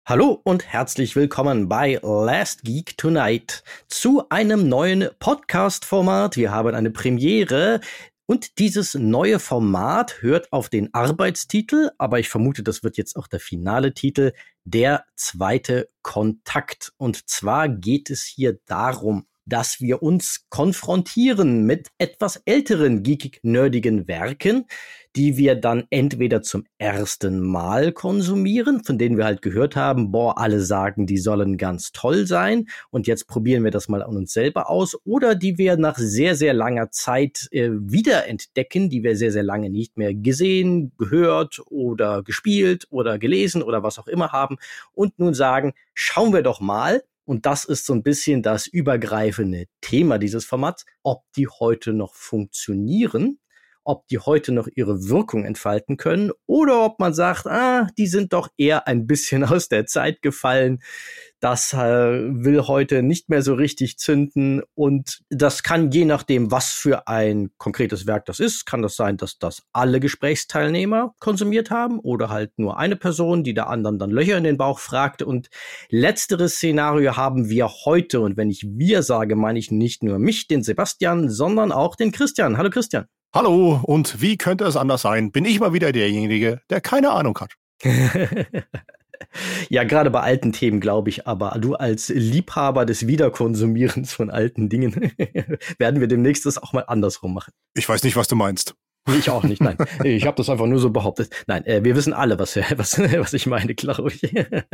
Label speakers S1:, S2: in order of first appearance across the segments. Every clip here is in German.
S1: Hallo und herzlich willkommen bei Last Geek Tonight zu einem neuen Podcast-Format. Wir haben eine Premiere und dieses neue Format hört auf den Arbeitstitel, aber ich vermute, das wird jetzt auch der finale Titel, der zweite Kontakt. Und zwar geht es hier darum, dass wir uns konfrontieren mit etwas älteren, geekig-nerdigen Werken, die wir dann entweder zum ersten Mal konsumieren, von denen wir halt gehört haben, alle sagen, die sollen ganz toll sein und jetzt probieren wir das mal an uns selber aus, oder die wir nach sehr, sehr langer Zeit wiederentdecken, die wir sehr, sehr lange nicht mehr gesehen, gehört oder gespielt oder gelesen oder was auch immer haben und nun sagen, schauen wir doch mal. Und das ist so ein bisschen das übergreifende Thema dieses Formats, ob die heute noch funktionieren, ob die heute noch ihre Wirkung entfalten können oder ob man sagt, die sind doch eher ein bisschen aus der Zeit gefallen. Das will heute nicht mehr so richtig zünden und das kann je nachdem, was für ein konkretes Werk das ist, kann das sein, dass das alle Gesprächsteilnehmer konsumiert haben oder halt nur eine Person, die der anderen dann Löcher in den Bauch fragte und letzteres Szenario haben wir heute und wenn ich wir sage, meine ich nicht nur mich, den Sebastian, sondern auch den Christian. Hallo Christian.
S2: Hallo, und wie könnte es anders sein? Bin ich mal wieder derjenige, der keine Ahnung hat.
S1: Ja, gerade bei alten Themen, glaube ich, aber du als Liebhaber des Wiederkonsumierens von alten Dingen werden wir demnächst das auch mal andersrum machen.
S2: Ich weiß nicht, was du meinst.
S1: Ich auch nicht, nein. Ich habe das einfach nur so behauptet. Nein, wir wissen alle, was ich meine, glaube ich.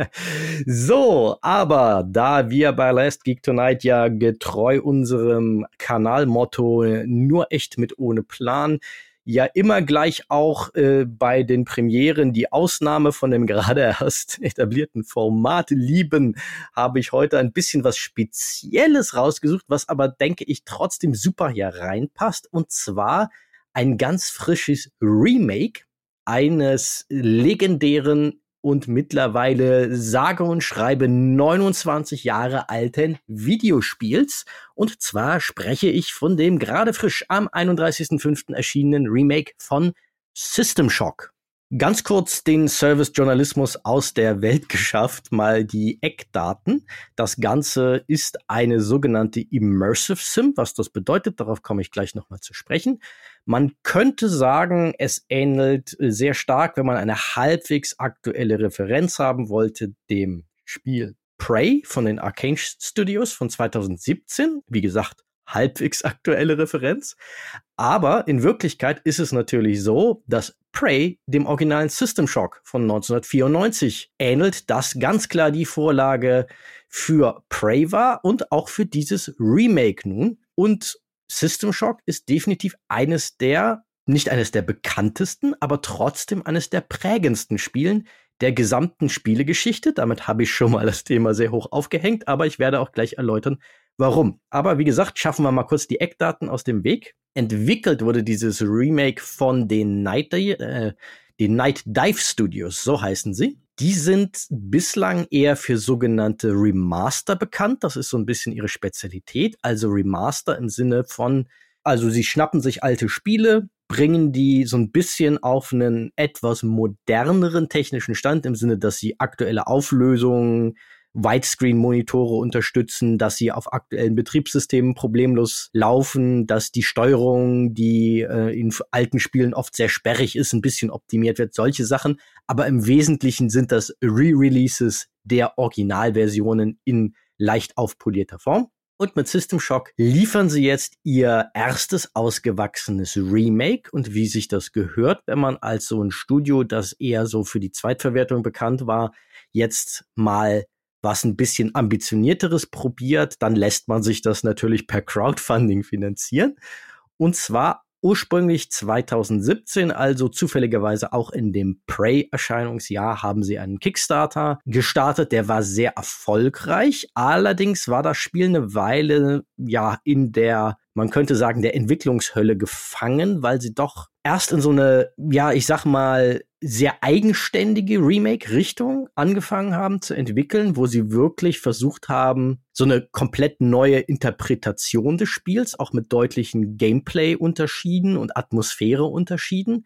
S1: So, aber da wir bei Last Geek Tonight ja getreu unserem Kanalmotto nur echt mit ohne Plan ja immer gleich auch bei den Premieren die Ausnahme von dem gerade erst etablierten Format lieben, habe ich heute ein bisschen was Spezielles rausgesucht, was aber, denke ich, trotzdem super hier reinpasst. Und zwar ein ganz frisches Remake eines legendären und mittlerweile sage und schreibe 29 Jahre alten Videospiels. Und zwar spreche ich von dem gerade frisch am 31.05. erschienenen Remake von System Shock. Ganz kurz den Service-Journalismus aus der Welt geschafft, mal die Eckdaten. Das Ganze ist eine sogenannte Immersive Sim. Was das bedeutet, darauf komme ich gleich nochmal zu sprechen. Man könnte sagen, es ähnelt sehr stark, wenn man eine halbwegs aktuelle Referenz haben wollte, dem Spiel Prey von den Arcane Studios von 2017. Wie gesagt, halbwegs aktuelle Referenz. Aber in Wirklichkeit ist es natürlich so, dass Prey dem originalen System Shock von 1994 ähnelt, das ganz klar die Vorlage für Prey war und auch für dieses Remake nun. Und System Shock ist definitiv nicht eines der bekanntesten, aber trotzdem eines der prägendsten Spielen der gesamten Spielegeschichte. Damit habe ich schon mal das Thema sehr hoch aufgehängt, aber ich werde auch gleich erläutern, warum. Aber wie gesagt, schaffen wir mal kurz die Eckdaten aus dem Weg. Entwickelt wurde dieses Remake von den Night Dive Studios, so heißen sie. Die sind bislang eher für sogenannte Remaster bekannt. Das ist so ein bisschen ihre Spezialität. Also Remaster im Sinne von, also sie schnappen sich alte Spiele, bringen die so ein bisschen auf einen etwas moderneren technischen Stand, im Sinne, dass sie aktuelle Auflösungen, Widescreen-Monitore unterstützen, dass sie auf aktuellen Betriebssystemen problemlos laufen, dass die Steuerung, die in alten Spielen oft sehr sperrig ist, ein bisschen optimiert wird, solche Sachen. Aber im Wesentlichen sind das Re-Releases der Originalversionen in leicht aufpolierter Form. Und mit System Shock liefern sie jetzt ihr erstes ausgewachsenes Remake. Und wie sich das gehört, wenn man als so ein Studio, das eher so für die Zweitverwertung bekannt war, jetzt mal was ein bisschen ambitionierteres probiert, dann lässt man sich das natürlich per Crowdfunding finanzieren. Und zwar ursprünglich 2017, also zufälligerweise auch in dem Prey-Erscheinungsjahr, haben sie einen Kickstarter gestartet. Der war sehr erfolgreich. Allerdings war das Spiel eine Weile in der, man könnte sagen, der Entwicklungshölle gefangen, weil sie doch erst in so eine, ich sag mal, sehr eigenständige Remake-Richtung angefangen haben zu entwickeln, wo sie wirklich versucht haben, so eine komplett neue Interpretation des Spiels, auch mit deutlichen Gameplay-Unterschieden und Atmosphäre-Unterschieden,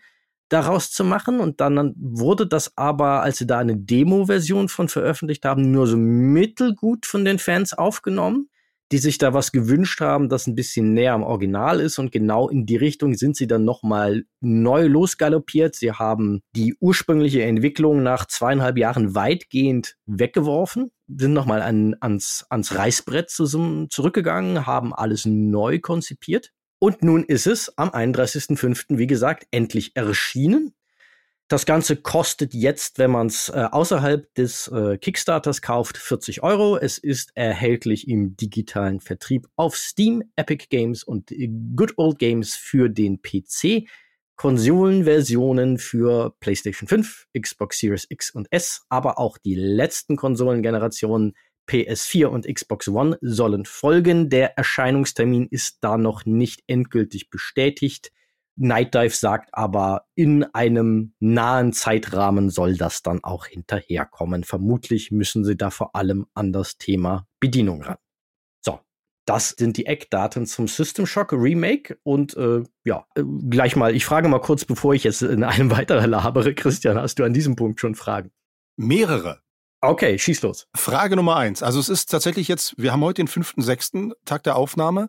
S1: daraus zu machen. Und dann wurde das aber, als sie da eine Demo-Version von veröffentlicht haben, nur so mittelgut von den Fans aufgenommen, die sich da was gewünscht haben, das ein bisschen näher am Original ist. Und genau in die Richtung sind sie dann nochmal neu losgaloppiert. Sie haben die ursprüngliche Entwicklung nach 2,5 Jahren weitgehend weggeworfen, sind nochmal ans Reißbrett zurückgegangen, haben alles neu konzipiert. Und nun ist es am 31.05., wie gesagt, endlich erschienen. Das Ganze kostet jetzt, wenn man es außerhalb des Kickstarters kauft, 40 Euro. Es ist erhältlich im digitalen Vertrieb auf Steam, Epic Games und Good Old Games für den PC. Konsolenversionen für PlayStation 5, Xbox Series X und S, aber auch die letzten Konsolengenerationen PS4 und Xbox One sollen folgen. Der Erscheinungstermin ist da noch nicht endgültig bestätigt. Night Dive sagt aber, in einem nahen Zeitrahmen soll das dann auch hinterherkommen. Vermutlich müssen sie da vor allem an das Thema Bedienung ran. So, das sind die Eckdaten zum System Shock Remake. Und gleich mal, ich frage mal kurz, bevor ich jetzt in einem weiteren labere. Christian, hast du an diesem Punkt schon Fragen?
S2: Mehrere.
S1: Okay, schieß los.
S2: Frage Nummer 1. Also es ist tatsächlich jetzt, wir haben heute den 5.6., Tag der Aufnahme.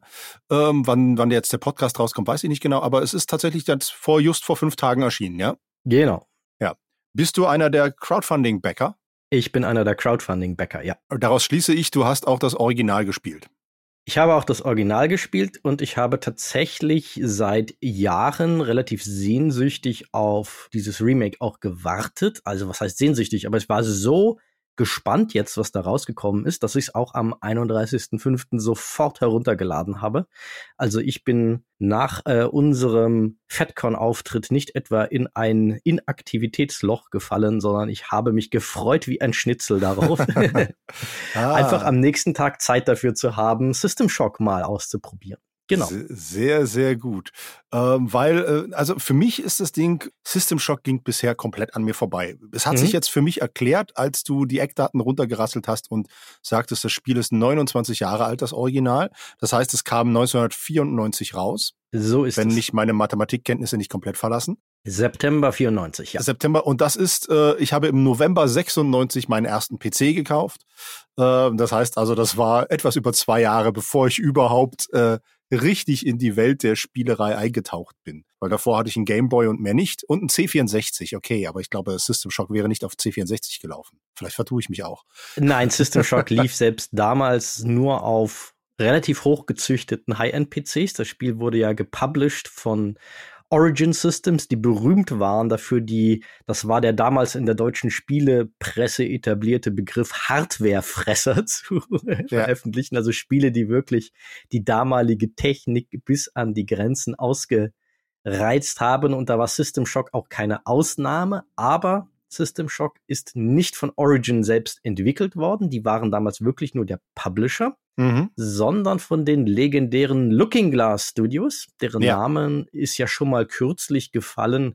S2: Wann jetzt der Podcast rauskommt, weiß ich nicht genau, aber es ist tatsächlich jetzt just vor 5 Tagen erschienen, ja?
S1: Genau.
S2: Ja. Bist du einer der Crowdfunding-Backer?
S1: Ich bin einer der Crowdfunding-Backer, ja.
S2: Daraus schließe ich, du hast auch das Original gespielt.
S1: Ich habe auch das Original gespielt und ich habe tatsächlich seit Jahren relativ sehnsüchtig auf dieses Remake auch gewartet. Also was heißt sehnsüchtig? Aber ich war so gespannt jetzt, was da rausgekommen ist, dass ich es auch am 31.05. sofort heruntergeladen habe. Also ich bin nach unserem FatCon-Auftritt nicht etwa in ein Inaktivitätsloch gefallen, sondern ich habe mich gefreut wie ein Schnitzel darauf, einfach am nächsten Tag Zeit dafür zu haben, System Shock mal auszuprobieren. Genau.
S2: Sehr, sehr gut. Also für mich ist das Ding, System Shock ging bisher komplett an mir vorbei. Es hat sich jetzt für mich erklärt, als du die Eckdaten runtergerasselt hast und sagtest, das Spiel ist 29 Jahre alt, das Original. Das heißt, es kam 1994 raus.
S1: So ist es.
S2: Wenn mich meine Mathematikkenntnisse nicht komplett verlassen.
S1: September 94, ja.
S2: September, und das ist, ich habe im November 96 meinen ersten PC gekauft. Das heißt also, das war etwas über 2 Jahre, bevor ich überhaupt richtig in die Welt der Spielerei eingetaucht bin. Weil davor hatte ich einen Gameboy und mehr nicht und einen C64, okay, aber ich glaube, System Shock wäre nicht auf C64 gelaufen. Vielleicht vertue ich mich auch.
S1: Nein, System Shock lief selbst damals nur auf relativ hochgezüchteten High-End-PCs. Das Spiel wurde ja gepublished von Origin Systems, die berühmt waren dafür, das war der damals in der deutschen Spielepresse etablierte Begriff Hardwarefresser zu veröffentlichen. Also Spiele, die wirklich die damalige Technik bis an die Grenzen ausgereizt haben. Und da war System Shock auch keine Ausnahme. Aber System Shock ist nicht von Origin selbst entwickelt worden. Die waren damals wirklich nur der Publisher. Sondern von den legendären Looking Glass Studios. Deren Namen ist ja schon mal kürzlich gefallen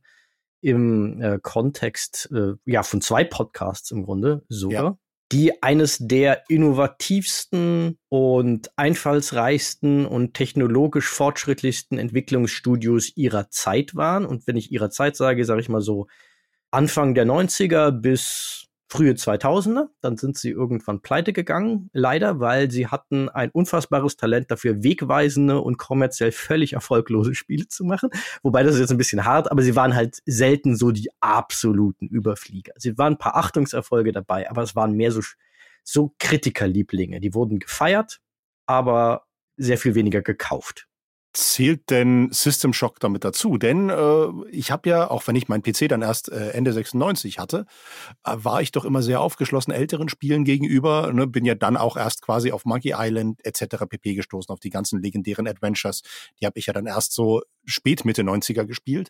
S1: im Kontext von 2 Podcasts im Grunde sogar, die eines der innovativsten und einfallsreichsten und technologisch fortschrittlichsten Entwicklungsstudios ihrer Zeit waren. Und wenn ich ihrer Zeit sage, sage ich mal so Anfang der 90er bis frühe 2000er, dann sind sie irgendwann pleite gegangen, leider, weil sie hatten ein unfassbares Talent dafür, wegweisende und kommerziell völlig erfolglose Spiele zu machen. Wobei, das ist jetzt ein bisschen hart, aber sie waren halt selten so die absoluten Überflieger. Sie waren ein paar Achtungserfolge dabei, aber es waren mehr so Kritikerlieblinge. Die wurden gefeiert, aber sehr viel weniger gekauft.
S2: Zählt denn System Shock damit dazu? Denn ich habe ja, auch wenn ich meinen PC dann erst Ende 96 hatte, war ich doch immer sehr aufgeschlossen älteren Spielen gegenüber. Ne? Bin ja dann auch erst quasi auf Monkey Island etc. pp. Gestoßen, auf die ganzen legendären Adventures. Die habe ich ja dann erst so spät Mitte 90er gespielt.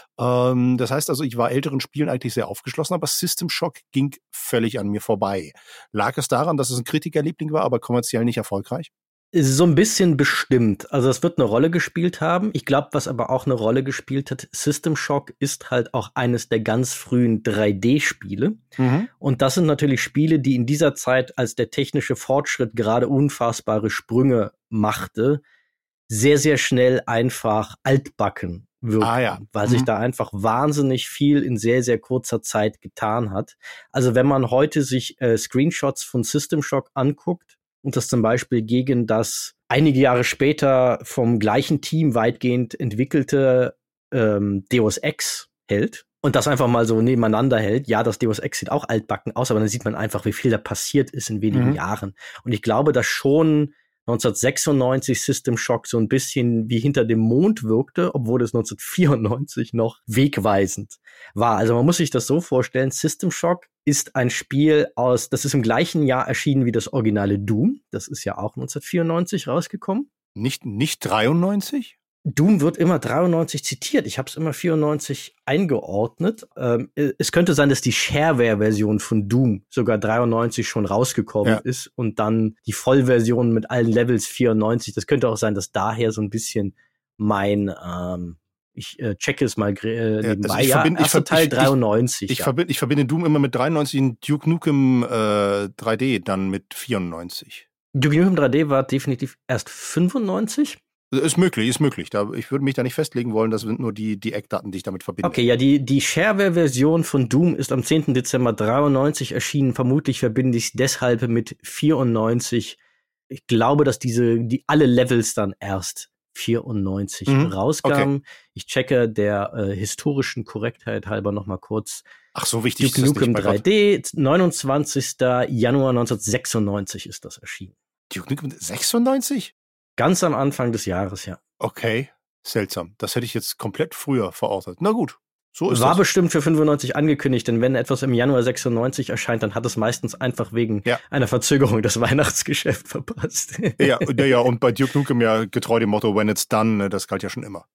S2: Das heißt also, ich war älteren Spielen eigentlich sehr aufgeschlossen, aber System Shock ging völlig an mir vorbei. Lag es daran, dass es ein Kritikerliebling war, aber kommerziell nicht erfolgreich?
S1: So ein bisschen bestimmt. Also es wird eine Rolle gespielt haben. Ich glaube, was aber auch eine Rolle gespielt hat, System Shock ist halt auch eines der ganz frühen 3D-Spiele. Und das sind natürlich Spiele, die in dieser Zeit, als der technische Fortschritt gerade unfassbare Sprünge machte, sehr, sehr schnell einfach altbacken wirkten, weil sich da einfach wahnsinnig viel in sehr, sehr kurzer Zeit getan hat. Also wenn man heute sich Screenshots von System Shock anguckt und das zum Beispiel gegen das einige Jahre später vom gleichen Team weitgehend entwickelte Deus Ex hält und das einfach mal so nebeneinander hält. Ja, das Deus Ex sieht auch altbacken aus, aber dann sieht man einfach, wie viel da passiert ist in wenigen Jahren. Und ich glaube, dass schon 1996 System Shock so ein bisschen wie hinter dem Mond wirkte, obwohl es 1994 noch wegweisend war. Also man muss sich das so vorstellen, System Shock ist ein Spiel das ist im gleichen Jahr erschienen wie das originale Doom. Das ist ja auch 1994 rausgekommen.
S2: Nicht 93?
S1: Doom wird immer 93 zitiert. Ich habe es immer 94 eingeordnet. Es könnte sein, dass die Shareware-Version von Doom sogar 93 schon rausgekommen ist und dann die Vollversion mit allen Levels 94. Das könnte auch sein, dass daher so ein bisschen mein ich checke es mal nebenbei.
S2: Also
S1: erster Teil 93.
S2: Ich verbinde Doom immer mit 93 und Duke Nukem 3D dann mit 94.
S1: Duke Nukem 3D war definitiv erst 95.
S2: Ist möglich. Ich würde mich da nicht festlegen wollen, das sind nur die Eckdaten, die ich damit verbinde.
S1: Okay, ja, die Shareware-Version von Doom ist am 10. Dezember 93 erschienen. Vermutlich verbinde ich es deshalb mit 94. Ich glaube, dass alle Levels dann erst 94 rauskamen. Okay. Ich checke der historischen Korrektheit halber noch mal kurz.
S2: Ach, so wichtig
S1: Duke Nukem 3D, 29. Januar 1996 ist das erschienen.
S2: Duke Nukem 96?
S1: Ganz am Anfang des Jahres, ja.
S2: Okay, seltsam. Das hätte ich jetzt komplett früher verortet. Na gut, so ist es.
S1: War bestimmt für 95 angekündigt, denn wenn etwas im Januar 96 erscheint, dann hat es meistens einfach wegen einer Verzögerung das Weihnachtsgeschäft verpasst.
S2: Ja, und bei Duke Nukem ja getreu dem Motto, when it's done, das galt ja schon immer.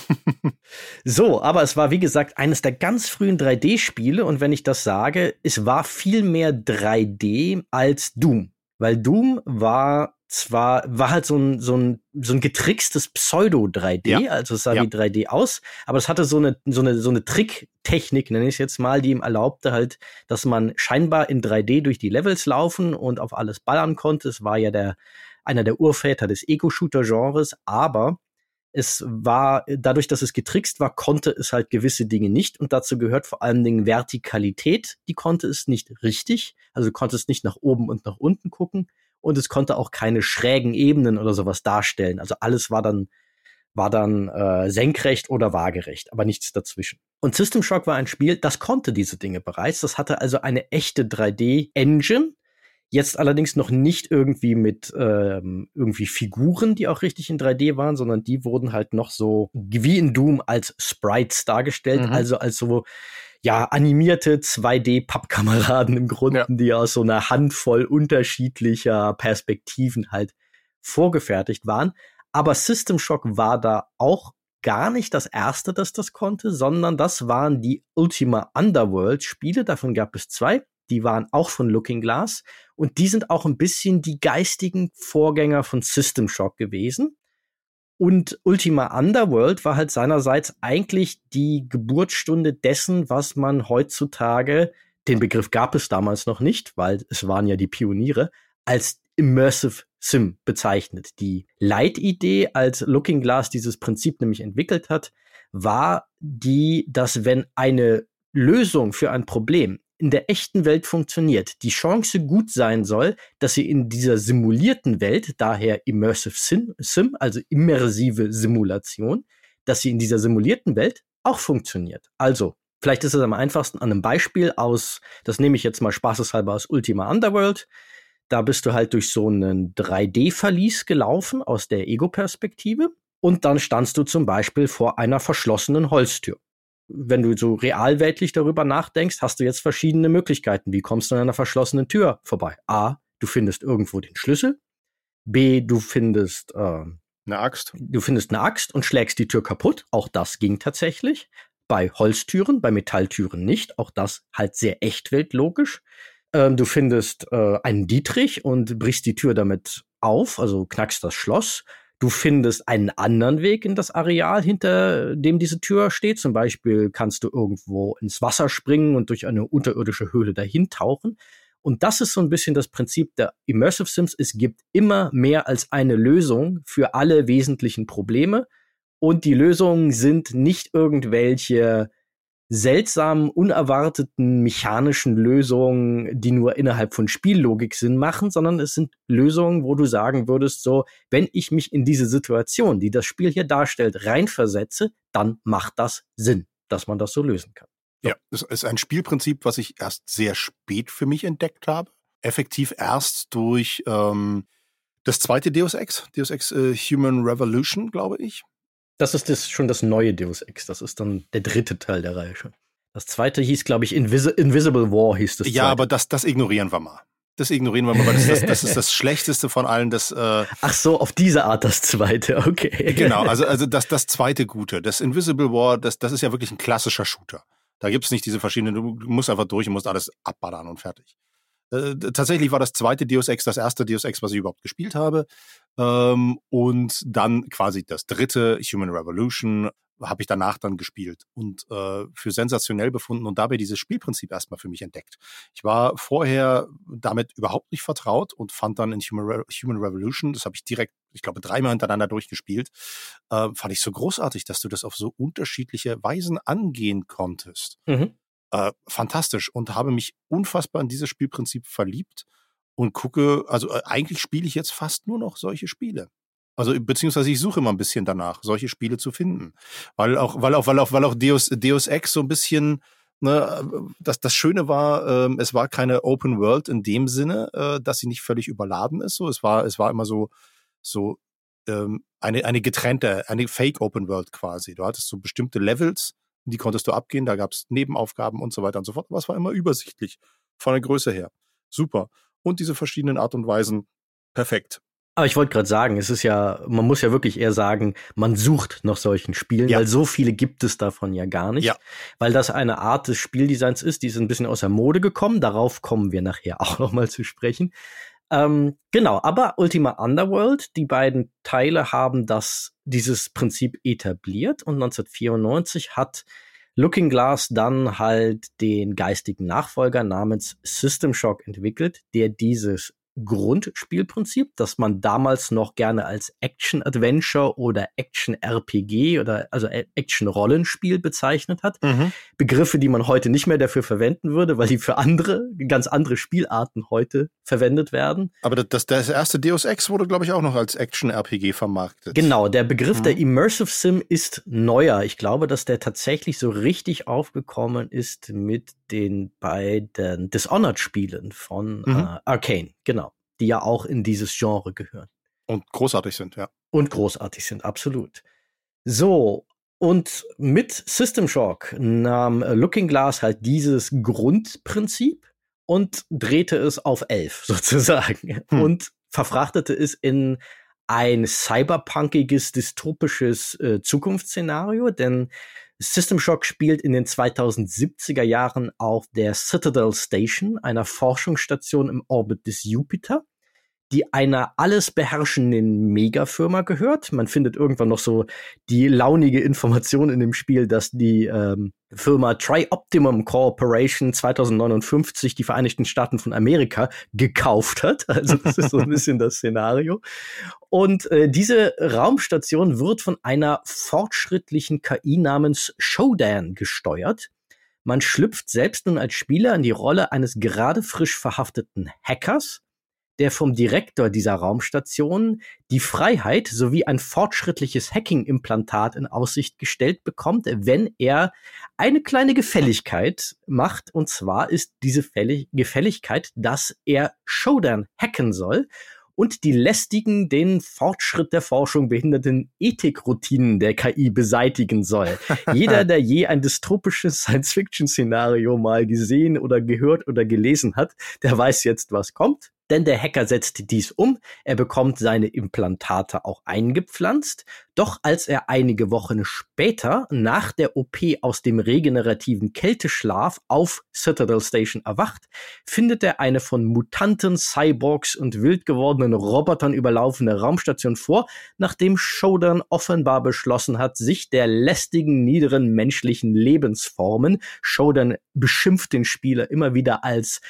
S1: So, aber es war, wie gesagt, eines der ganz frühen 3D-Spiele und wenn ich das sage, es war viel mehr 3D als Doom. Weil Doom war halt so ein getrickstes Pseudo-3D, also es sah wie 3D aus, aber es hatte so eine Tricktechnik, nenne ich es jetzt mal, die ihm erlaubte halt, dass man scheinbar in 3D durch die Levels laufen und auf alles ballern konnte. Es war ja einer der Urväter des Ego-Shooter-Genres, aber es war, dadurch, dass es getrickst war, konnte es halt gewisse Dinge nicht und dazu gehört vor allen Dingen Vertikalität, die konnte es nicht richtig, also konnte es nicht nach oben und nach unten gucken und es konnte auch keine schrägen Ebenen oder sowas darstellen, also alles war dann senkrecht oder waagerecht, aber nichts dazwischen. Und System Shock war ein Spiel, das konnte diese Dinge bereits, das hatte also eine echte 3D-Engine, jetzt allerdings noch nicht irgendwie mit irgendwie Figuren, die auch richtig in 3D waren, sondern die wurden halt noch so wie in Doom als Sprites dargestellt, also als so animierte 2D-Pappkameraden im Grunde, die aus so einer Handvoll unterschiedlicher Perspektiven halt vorgefertigt waren. Aber System Shock war da auch gar nicht das erste, das konnte, sondern das waren die Ultima Underworld-Spiele, davon gab es 2. Die waren auch von Looking Glass und die sind auch ein bisschen die geistigen Vorgänger von System Shock gewesen. Und Ultima Underworld war halt seinerseits eigentlich die Geburtsstunde dessen, was man heutzutage, den Begriff gab es damals noch nicht, weil es waren ja die Pioniere, als Immersive Sim bezeichnet. Die Leitidee, als Looking Glass dieses Prinzip nämlich entwickelt hat, war dass wenn eine Lösung für ein Problem in der echten Welt funktioniert, die Chance gut sein soll, dass sie in dieser simulierten Welt, daher Immersive Sim, also immersive Simulation, dass sie in dieser simulierten Welt auch funktioniert. Also, vielleicht ist es am einfachsten an einem Beispiel das nehme ich jetzt mal spaßeshalber aus Ultima Underworld. Da bist du halt durch so einen 3D-Verlies gelaufen aus der Ego-Perspektive und dann standst du zum Beispiel vor einer verschlossenen Holztür. Wenn du so realweltlich darüber nachdenkst, hast du jetzt verschiedene Möglichkeiten. Wie kommst du an einer verschlossenen Tür vorbei? A, du findest irgendwo den Schlüssel. B, du findest
S2: eine Axt.
S1: Du findest eine Axt und schlägst die Tür kaputt. Auch das ging tatsächlich. Bei Holztüren, bei Metalltüren nicht. Auch das halt sehr echtweltlogisch. Du findest einen Dietrich und brichst die Tür damit auf, also knackst das Schloss. Du findest einen anderen Weg in das Areal, hinter dem diese Tür steht. Zum Beispiel kannst du irgendwo ins Wasser springen und durch eine unterirdische Höhle dahin tauchen. Und das ist so ein bisschen das Prinzip der Immersive Sims. Es gibt immer mehr als eine Lösung für alle wesentlichen Probleme. Und die Lösungen sind nicht irgendwelche seltsamen, unerwarteten mechanischen Lösungen, die nur innerhalb von Spiellogik Sinn machen, sondern es sind Lösungen, wo du sagen würdest, so, wenn ich mich in diese Situation, die das Spiel hier darstellt, reinversetze, dann macht das Sinn, dass man das so lösen kann. So.
S2: Ja, es ist ein Spielprinzip, was ich erst sehr spät für mich entdeckt habe. Effektiv erst durch das zweite Deus Ex Human Revolution, glaube ich.
S1: Das ist schon das neue Deus Ex. Das ist dann der dritte Teil der Reihe schon. Das zweite hieß, glaube ich, Invisible War hieß das.
S2: Ja, aber das ignorieren wir mal. Das ignorieren wir mal, weil das ist das Schlechteste von allen.
S1: Ach so, auf diese Art das zweite, okay.
S2: Genau, also das zweite Gute. Das Invisible War, das ist ja wirklich ein klassischer Shooter. Da gibt's nicht diese verschiedenen, du musst einfach durch und musst alles abballern und fertig. Tatsächlich war das zweite Deus Ex das erste Deus Ex, was ich überhaupt gespielt habe. Und dann quasi das dritte, Human Revolution, habe ich danach dann gespielt und für sensationell befunden und dabei dieses Spielprinzip erstmal für mich entdeckt. Ich war vorher damit überhaupt nicht vertraut und fand dann in Human Revolution, das habe ich direkt, ich glaube, 3-mal hintereinander durchgespielt, fand ich so großartig, dass du das auf so unterschiedliche Weisen angehen konntest.
S1: Mhm.
S2: Fantastisch und habe mich unfassbar in dieses Spielprinzip verliebt und gucke, also eigentlich spiele ich jetzt fast nur noch solche Spiele. Also beziehungsweise ich suche immer ein bisschen danach, solche Spiele zu finden, weil auch Deus Ex so ein bisschen, ne, das Schöne war, es war keine Open World in dem Sinne, dass sie nicht völlig überladen ist. So, es war immer so eine getrennte, eine Fake Open World quasi. Du hattest so bestimmte Levels, die konntest du abgehen, da gab es Nebenaufgaben und so weiter und so fort. Aber es war immer übersichtlich von der Größe her. Super. Und diese verschiedenen Art und Weisen, perfekt.
S1: Aber ich wollte gerade sagen, es ist ja, man muss ja wirklich eher sagen, man sucht nach solchen Spielen, weil so viele gibt es davon ja gar nicht. Ja. Weil das eine Art des Spieldesigns ist, die ist ein bisschen aus der Mode gekommen. Darauf kommen wir nachher auch noch mal zu sprechen. Genau, aber Ultima Underworld, die beiden Teile haben dieses Prinzip etabliert und 1994 hat Looking Glass dann halt den geistigen Nachfolger namens System Shock entwickelt, der dieses Grundspielprinzip, das man damals noch gerne als Action-Adventure oder Action-RPG oder also Action-Rollenspiel bezeichnet hat. Mhm. Begriffe, die man heute nicht mehr dafür verwenden würde, weil die für ganz andere Spielarten heute verwendet werden.
S2: Aber das erste Deus Ex wurde, glaube ich, auch noch als Action-RPG vermarktet.
S1: Genau, der Begriff der Immersive Sim ist neuer. Ich glaube, dass der tatsächlich so richtig aufgekommen ist mit den beiden Dishonored-Spielen von Arcane, genau, die ja auch in dieses Genre gehören.
S2: Und großartig sind, ja.
S1: Und großartig sind, absolut. So, und mit System Shock nahm Looking Glass halt dieses Grundprinzip und drehte es auf 11 sozusagen und verfrachtete es in ein cyberpunkiges, dystopisches Zukunftsszenario, denn System Shock spielt in den 2070er Jahren auf der Citadel Station, einer Forschungsstation im Orbit des Jupiter, die einer alles beherrschenden Megafirma gehört. Man findet irgendwann noch so die launige Information in dem Spiel, dass die Firma Tri-Optimum Corporation 2059 die Vereinigten Staaten von Amerika gekauft hat. Also das ist so ein bisschen das Szenario. Und diese Raumstation wird von einer fortschrittlichen KI namens Shodan gesteuert. Man schlüpft selbst nun als Spieler in die Rolle eines gerade frisch verhafteten Hackers, der vom Direktor dieser Raumstation die Freiheit sowie ein fortschrittliches Hacking-Implantat in Aussicht gestellt bekommt, wenn er eine kleine Gefälligkeit macht. Und zwar ist diese Gefälligkeit, dass er Shodan hacken soll und die lästigen, den Fortschritt der Forschung behinderten Ethikroutinen der KI beseitigen soll. Jeder, der je ein dystopisches Science-Fiction-Szenario mal gesehen oder gehört oder gelesen hat, der weiß jetzt, was kommt. Denn der Hacker setzt dies um, er bekommt seine Implantate auch eingepflanzt, doch als er einige Wochen später nach der OP aus dem regenerativen Kälteschlaf auf Citadel Station erwacht, findet er eine von Mutanten, Cyborgs und wild gewordenen Robotern überlaufene Raumstation vor, nachdem Shodan offenbar beschlossen hat, sich der lästigen, niederen menschlichen Lebensformen, Shodan beschimpft den Spieler immer wieder als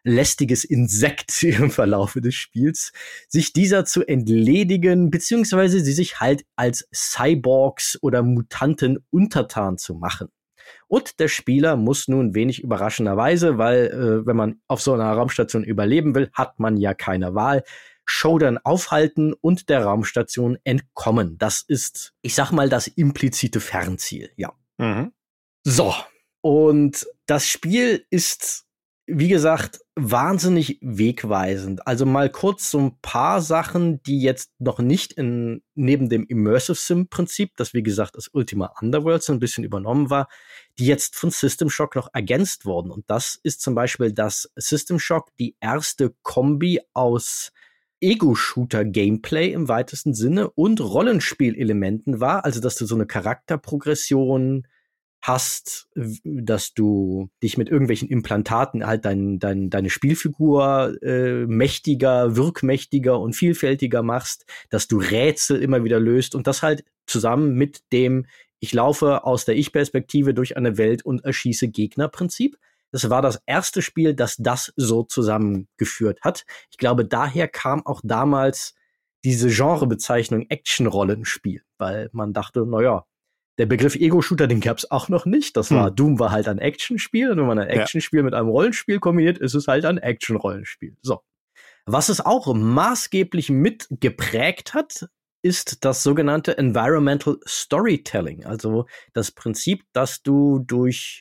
S1: lästiges Insekt im Verlaufe des Spiels, sich dieser zu entledigen, beziehungsweise sie sich halt als Cyborgs oder Mutanten untertan zu machen. Und der Spieler muss nun wenig überraschenderweise, weil wenn man auf so einer Raumstation überleben will, hat man ja keine Wahl, Showdown aufhalten und der Raumstation entkommen. Das ist, ich sag mal, das implizite Fernziel, ja.
S2: Mhm.
S1: So, und das Spiel ist, wie gesagt, wahnsinnig wegweisend. Also mal kurz so ein paar Sachen, die jetzt noch nicht neben dem Immersive Sim-Prinzip, das wie gesagt das Ultima Underworld so ein bisschen übernommen war, die jetzt von System Shock noch ergänzt wurden. Und das ist zum Beispiel, dass System Shock die erste Kombi aus Ego-Shooter-Gameplay im weitesten Sinne und Rollenspielelementen war, also dass du so eine Charakterprogression hast, dass du dich mit irgendwelchen Implantaten halt deine Spielfigur mächtiger, wirkmächtiger und vielfältiger machst, dass du Rätsel immer wieder löst und das halt zusammen mit dem ich laufe aus der Ich-Perspektive durch eine Welt und erschieße Gegner-Prinzip. Das war das erste Spiel, das so zusammengeführt hat. Ich glaube, daher kam auch damals diese Genrebezeichnung Action-Rollenspiel, weil man dachte, naja, der Begriff Ego-Shooter, den gab's auch noch nicht. Das war, Doom war halt ein Actionspiel. Und wenn man ein Actionspiel mit einem Rollenspiel kombiniert, ist es halt ein Action-Rollenspiel. So. Was es auch maßgeblich mitgeprägt hat, ist das sogenannte Environmental Storytelling. Also das Prinzip, dass du durch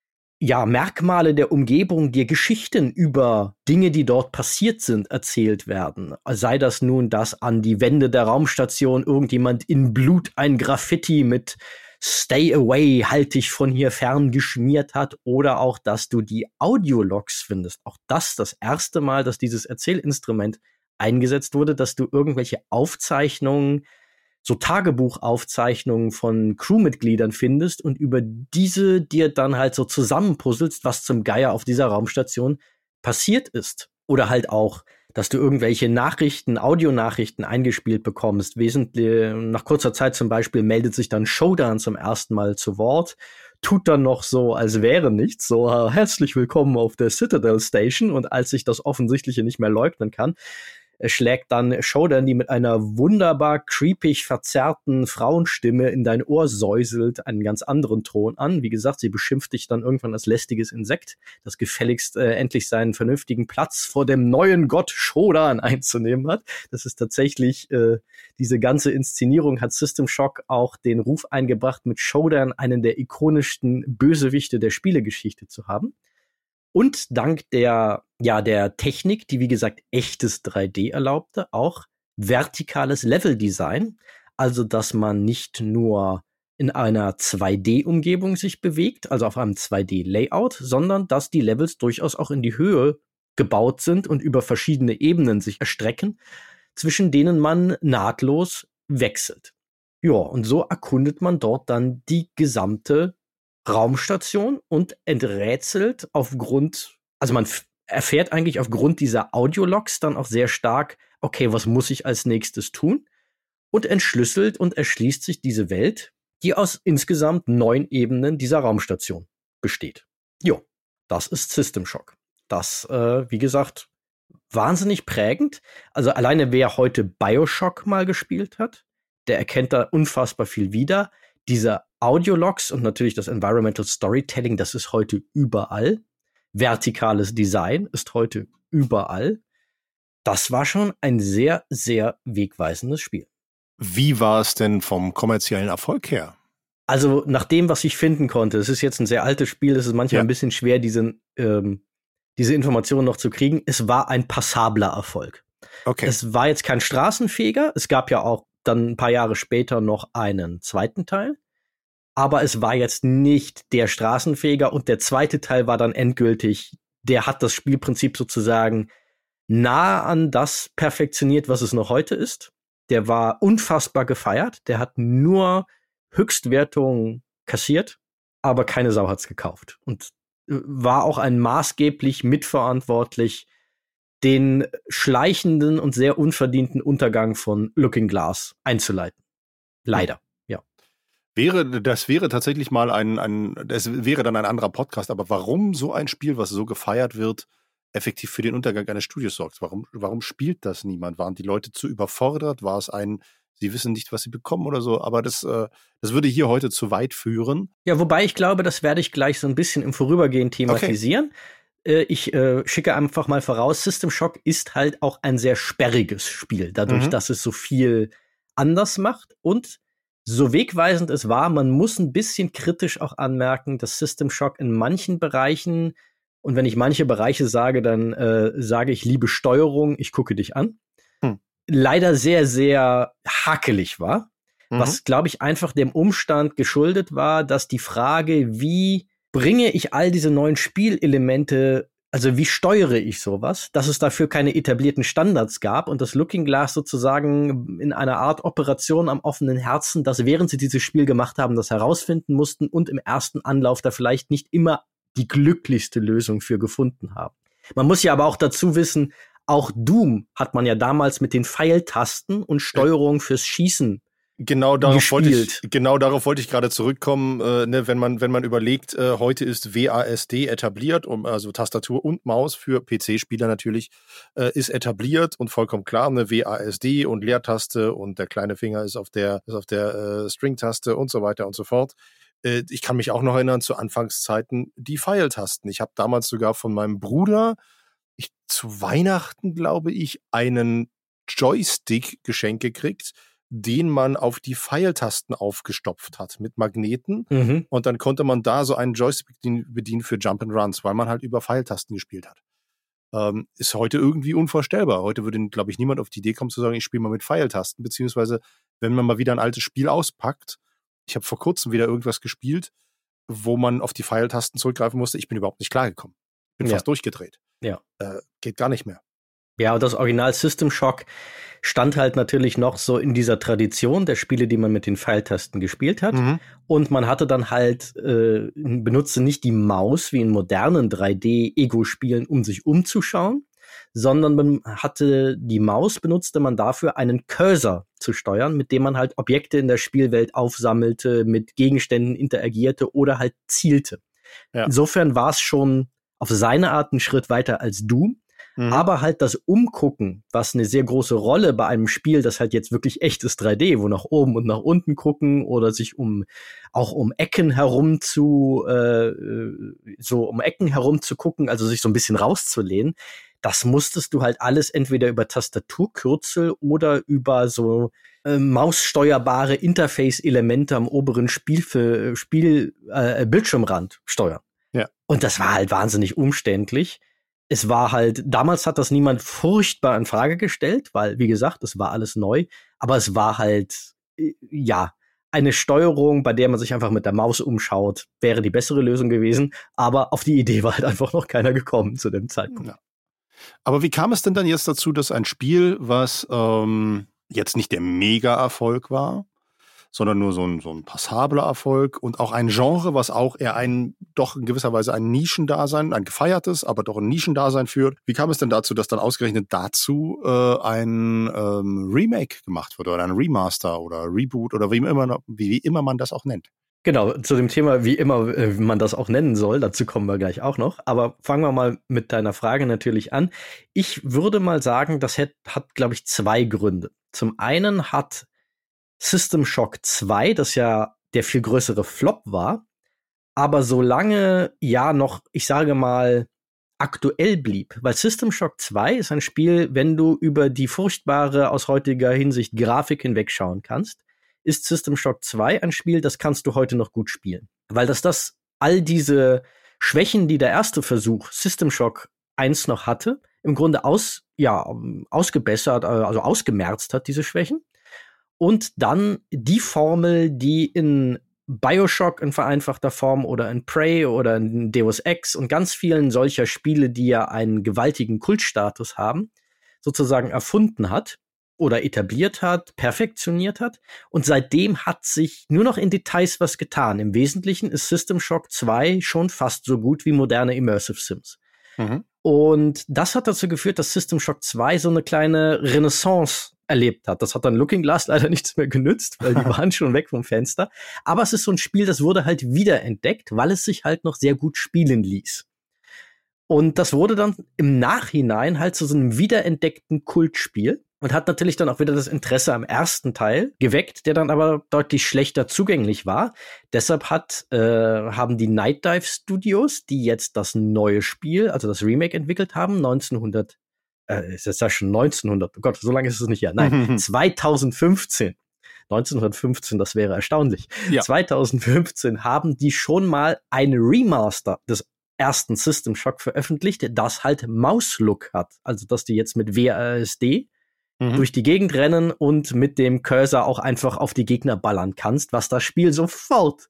S1: Merkmale der Umgebung dir Geschichten über Dinge, die dort passiert sind, erzählt werden. Sei das nun, dass an die Wände der Raumstation irgendjemand in Blut ein Graffiti mit Stay away, halt dich von hier fern geschmiert hat, oder auch, dass du die Audiologs findest. Auch das erste Mal, dass dieses Erzählinstrument eingesetzt wurde, dass du irgendwelche Aufzeichnungen, so Tagebuchaufzeichnungen von Crewmitgliedern findest und über diese dir dann halt so zusammenpuzzelst, was zum Geier auf dieser Raumstation passiert ist. Oder halt auch, dass du irgendwelche Nachrichten, Audionachrichten eingespielt bekommst. Wesentlich, nach kurzer Zeit zum Beispiel meldet sich dann Showdown zum ersten Mal zu Wort, tut dann noch so, als wäre nichts, so herzlich willkommen auf der Citadel Station, und als sich das Offensichtliche nicht mehr leugnen kann, schlägt dann Showdown, die mit einer wunderbar creepig verzerrten Frauenstimme in dein Ohr säuselt, einen ganz anderen Ton an. Wie gesagt, sie beschimpft dich dann irgendwann als lästiges Insekt, das gefälligst endlich seinen vernünftigen Platz vor dem neuen Gott Showdown einzunehmen hat. Das ist tatsächlich, diese ganze Inszenierung hat System Shock auch den Ruf eingebracht, mit Showdown einen der ikonischsten Bösewichte der Spielegeschichte zu haben. Und dank der Technik, die wie gesagt echtes 3D erlaubte, auch vertikales Leveldesign, also dass man nicht nur in einer 2D-Umgebung sich bewegt, also auf einem 2D-Layout, sondern dass die Levels durchaus auch in die Höhe gebaut sind und über verschiedene Ebenen sich erstrecken, zwischen denen man nahtlos wechselt. Ja, und so erkundet man dort dann die gesamte Raumstation und enträtselt also man erfährt eigentlich aufgrund dieser Audiologs dann auch sehr stark, okay, was muss ich als nächstes tun? Und entschlüsselt und erschließt sich diese Welt, die aus insgesamt 9 Ebenen dieser Raumstation besteht. Jo, das ist System Shock. Das, wie gesagt, wahnsinnig prägend. Also alleine wer heute BioShock mal gespielt hat, der erkennt da unfassbar viel wieder. Diese Audiologs und natürlich das Environmental Storytelling, das ist heute überall. Vertikales Design ist heute überall. Das war schon ein sehr, sehr wegweisendes Spiel.
S2: Wie war es denn vom kommerziellen Erfolg her?
S1: Also nach dem, was ich finden konnte, es ist jetzt ein sehr altes Spiel, es ist manchmal ein bisschen schwer, diese Informationen noch zu kriegen. Es war ein passabler Erfolg.
S2: Okay.
S1: Es war jetzt kein Straßenfeger. Es gab ja auch dann ein paar Jahre später noch einen zweiten Teil. Aber es war jetzt nicht der Straßenfeger, und der zweite Teil war dann endgültig, der hat das Spielprinzip sozusagen nah an das perfektioniert, was es noch heute ist. Der war unfassbar gefeiert, der hat nur Höchstwertungen kassiert, aber keine Sau hat's gekauft. Und war auch ein maßgeblich mitverantwortlich, den schleichenden und sehr unverdienten Untergang von Looking Glass einzuleiten. Leider.
S2: Das wäre tatsächlich mal das wäre dann ein anderer Podcast, aber warum so ein Spiel, was so gefeiert wird, effektiv für den Untergang eines Studios sorgt. Warum spielt das niemand? Waren die Leute zu überfordert? War es sie wissen nicht, was sie bekommen oder so? Aber das würde hier heute zu weit führen.
S1: Ja, wobei ich glaube, das werde ich gleich so ein bisschen im Vorübergehen thematisieren. Okay. Ich schicke einfach mal voraus, System Shock ist halt auch ein sehr sperriges Spiel, dadurch, dass es so viel anders macht. Und so wegweisend es war, man muss ein bisschen kritisch auch anmerken, dass System Shock in manchen Bereichen, und wenn ich manche Bereiche sage, dann sage ich, liebe Steuerung, ich gucke dich an, leider sehr, sehr hakelig war. Was, glaube ich, einfach dem Umstand geschuldet war, dass die Frage, wie bringe ich all diese neuen Spielelemente, also wie steuere ich sowas, dass es dafür keine etablierten Standards gab und das Looking Glass sozusagen in einer Art Operation am offenen Herzen, dass während sie dieses Spiel gemacht haben, das herausfinden mussten und im ersten Anlauf da vielleicht nicht immer die glücklichste Lösung für gefunden haben. Man muss ja aber auch dazu wissen, auch Doom hat man ja damals mit den Pfeiltasten und Steuerung fürs Schießen
S2: Genau darauf wollte ich gerade zurückkommen, wenn man überlegt, heute ist WASD etabliert, also Tastatur und Maus für PC-Spieler natürlich, ist etabliert und vollkommen klar, WASD und Leertaste und der kleine Finger ist auf der String-Taste und so weiter und so fort. Ich kann mich auch noch erinnern zu Anfangszeiten die Pfeiltasten. Ich habe damals sogar von meinem Bruder, zu Weihnachten, glaube ich, einen Joystick geschenkt gekriegt, den man auf die Pfeiltasten aufgestopft hat mit Magneten. Und dann konnte man da so einen Joystick bedienen für Jump and Runs, weil man halt über Pfeiltasten gespielt hat. Ist heute irgendwie unvorstellbar. Heute würde, glaube ich, niemand auf die Idee kommen zu sagen, ich spiele mal mit Pfeiltasten, beziehungsweise wenn man mal wieder ein altes Spiel auspackt. Ich habe vor kurzem wieder irgendwas gespielt, wo man auf die Pfeiltasten zurückgreifen musste. Ich bin überhaupt nicht klargekommen. Bin fast durchgedreht.
S1: Ja.
S2: Geht gar nicht mehr.
S1: Ja, und das Original System Shock stand halt natürlich noch so in dieser Tradition der Spiele, die man mit den Pfeiltasten gespielt hat. Und man hatte dann halt, benutzte nicht die Maus wie in modernen 3D-Ego-Spielen, um sich umzuschauen, sondern man hatte die Maus, benutzte man dafür, einen Cursor zu steuern, mit dem man halt Objekte in der Spielwelt aufsammelte, mit Gegenständen interagierte oder halt zielte. Ja. Insofern war es schon auf seine Art ein Schritt weiter als Doom. Aber halt das Umgucken, was eine sehr große Rolle bei einem Spiel, das halt jetzt wirklich echtes 3D, wo nach oben und nach unten gucken oder sich auch um Ecken herum um Ecken herum zu gucken, also sich so ein bisschen rauszulehnen, das musstest du halt alles entweder über Tastaturkürzel oder über so maussteuerbare Interface-Elemente am oberen Bildschirmrand steuern. Ja. Und das war halt wahnsinnig umständlich. Es war halt, damals hat das niemand furchtbar in Frage gestellt, weil, wie gesagt, es war alles neu, aber es war halt, eine Steuerung, bei der man sich einfach mit der Maus umschaut, wäre die bessere Lösung gewesen, aber auf die Idee war halt einfach noch keiner gekommen zu dem Zeitpunkt. Ja.
S2: Aber wie kam es denn dann jetzt dazu, dass ein Spiel, was jetzt nicht der Mega-Erfolg war, sondern nur so ein passabler Erfolg und auch ein Genre, was auch eher doch in gewisser Weise ein Nischendasein, ein gefeiertes, aber doch ein Nischendasein führt. Wie kam es denn dazu, dass dann ausgerechnet dazu ein Remake gemacht wurde oder ein Remaster oder Reboot oder wie immer man das auch nennt?
S1: Genau, zu dem Thema, wie immer man das auch nennen soll, dazu kommen wir gleich auch noch. Aber fangen wir mal mit deiner Frage natürlich an. Ich würde mal sagen, das hat glaube ich, 2 Gründe. Zum einen hat System Shock 2, das ja der viel größere Flop war, aber solange noch, ich sage mal, aktuell blieb. Weil System Shock 2 ist ein Spiel, wenn du über die furchtbare, aus heutiger Hinsicht Grafik hinwegschauen kannst, ist System Shock 2 ein Spiel, das kannst du heute noch gut spielen. Weil das all diese Schwächen, die der erste Versuch System Shock 1 noch hatte, im Grunde ausgebessert, also ausgemerzt hat, diese Schwächen. Und dann die Formel, die in BioShock in vereinfachter Form oder in Prey oder in Deus Ex und ganz vielen solcher Spiele, die ja einen gewaltigen Kultstatus haben, sozusagen erfunden hat oder etabliert hat, perfektioniert hat. Und seitdem hat sich nur noch in Details was getan. Im Wesentlichen ist System Shock 2 schon fast so gut wie moderne Immersive Sims. Und das hat dazu geführt, dass System Shock 2 so eine kleine Renaissance erlebt hat. Das hat dann Looking Glass leider nichts mehr genützt, weil die waren schon weg vom Fenster. Aber es ist so ein Spiel, das wurde halt wiederentdeckt, weil es sich halt noch sehr gut spielen ließ. Und das wurde dann im Nachhinein halt zu so einem wiederentdeckten Kultspiel und hat natürlich dann auch wieder das Interesse am ersten Teil geweckt, der dann aber deutlich schlechter zugänglich war. Deshalb haben die Night Dive Studios, die jetzt das neue Spiel, also das Remake entwickelt haben, ist das ja schon 1900, oh Gott, so lange ist es nicht her, nein, 2015. 1915, das wäre erstaunlich. Ja. 2015 haben die schon mal ein Remaster des ersten System Shock veröffentlicht, das halt Maus-Look hat. Also, dass die jetzt mit WASD durch die Gegend rennen und mit dem Cursor auch einfach auf die Gegner ballern kannst, was das Spiel sofort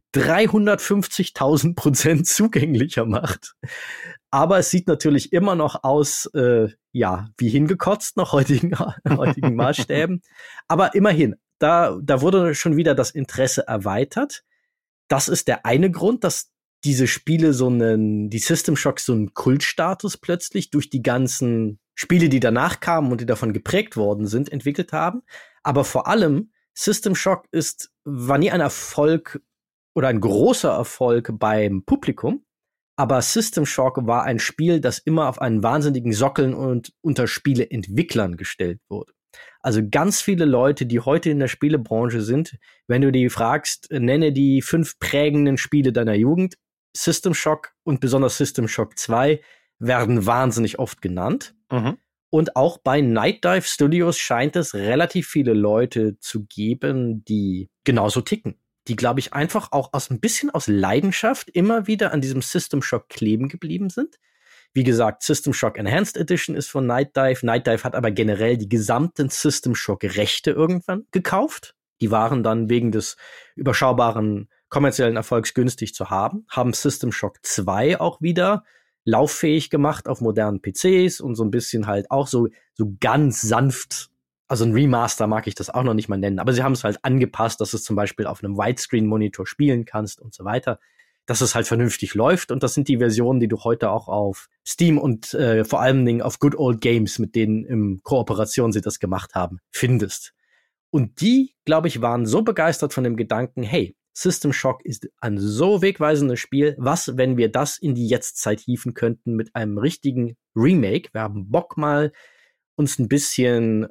S1: 350.000% zugänglicher macht. Aber es sieht natürlich immer noch aus, wie hingekotzt nach heutigen Maßstäben. Aber immerhin, da wurde schon wieder das Interesse erweitert. Das ist der eine Grund, dass diese Spiele die System Shock so einen Kultstatus plötzlich durch die ganzen Spiele, die danach kamen und die davon geprägt worden sind, entwickelt haben. Aber vor allem, System Shock war nie ein Erfolg oder ein großer Erfolg beim Publikum. Aber System Shock war ein Spiel, das immer auf einen wahnsinnigen Sockeln und unter Spieleentwicklern gestellt wurde. Also ganz viele Leute, die heute in der Spielebranche sind, wenn du die fragst, nenne die 5 prägenden Spiele deiner Jugend, System Shock und besonders System Shock 2 werden wahnsinnig oft genannt. Mhm. Und auch bei Night Dive Studios scheint es relativ viele Leute zu geben, die genauso ticken. Die, glaube ich, einfach auch ein bisschen aus Leidenschaft immer wieder an diesem System Shock kleben geblieben sind. Wie gesagt, System Shock Enhanced Edition ist von Night Dive. Night Dive hat aber generell die gesamten System Shock Rechte irgendwann gekauft. Die waren dann wegen des überschaubaren kommerziellen Erfolgs günstig zu haben. Haben System Shock 2 auch wieder lauffähig gemacht auf modernen PCs und so ein bisschen halt auch so ganz sanft. Also ein Remaster mag ich das auch noch nicht mal nennen, aber sie haben es halt angepasst, dass du es zum Beispiel auf einem Widescreen-Monitor spielen kannst und so weiter, dass es halt vernünftig läuft. Und das sind die Versionen, die du heute auch auf Steam und vor allen Dingen auf Good Old Games, mit denen in Kooperation sie das gemacht haben, findest. Und die, glaube ich, waren so begeistert von dem Gedanken, hey, System Shock ist ein so wegweisendes Spiel, was, wenn wir das in die Jetztzeit hieven könnten mit einem richtigen Remake? Wir haben Bock mal, uns ein bisschen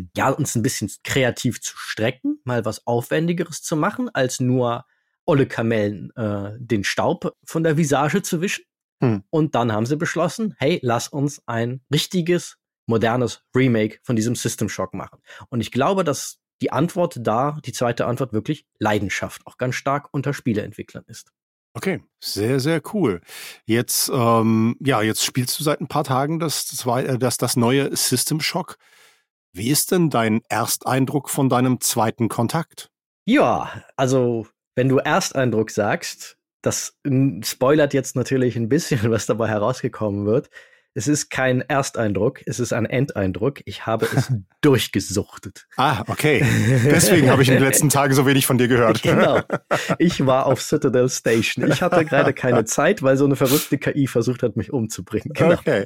S1: kreativ zu strecken, mal was Aufwendigeres zu machen, als nur olle Kamellen den Staub von der Visage zu wischen. Und dann haben sie beschlossen, hey, lass uns ein richtiges, modernes Remake von diesem System Shock machen. Und ich glaube, dass die zweite Antwort wirklich Leidenschaft, auch ganz stark unter Spieleentwicklern ist.
S2: Okay, sehr, sehr cool. Jetzt spielst du seit ein paar Tagen das neue System Shock. Wie ist denn dein Ersteindruck von deinem zweiten Kontakt?
S1: Ja, also wenn du Ersteindruck sagst, das spoilert jetzt natürlich ein bisschen, was dabei herausgekommen wird. Es ist kein Ersteindruck, es ist ein Endeindruck. Ich habe es durchgesuchtet.
S2: Ah, okay. Deswegen habe ich in den letzten Tagen so wenig von dir gehört.
S1: Genau. Ich war auf Citadel Station. Ich hatte gerade keine Zeit, weil so eine verrückte KI versucht hat, mich umzubringen. Genau.
S2: Okay.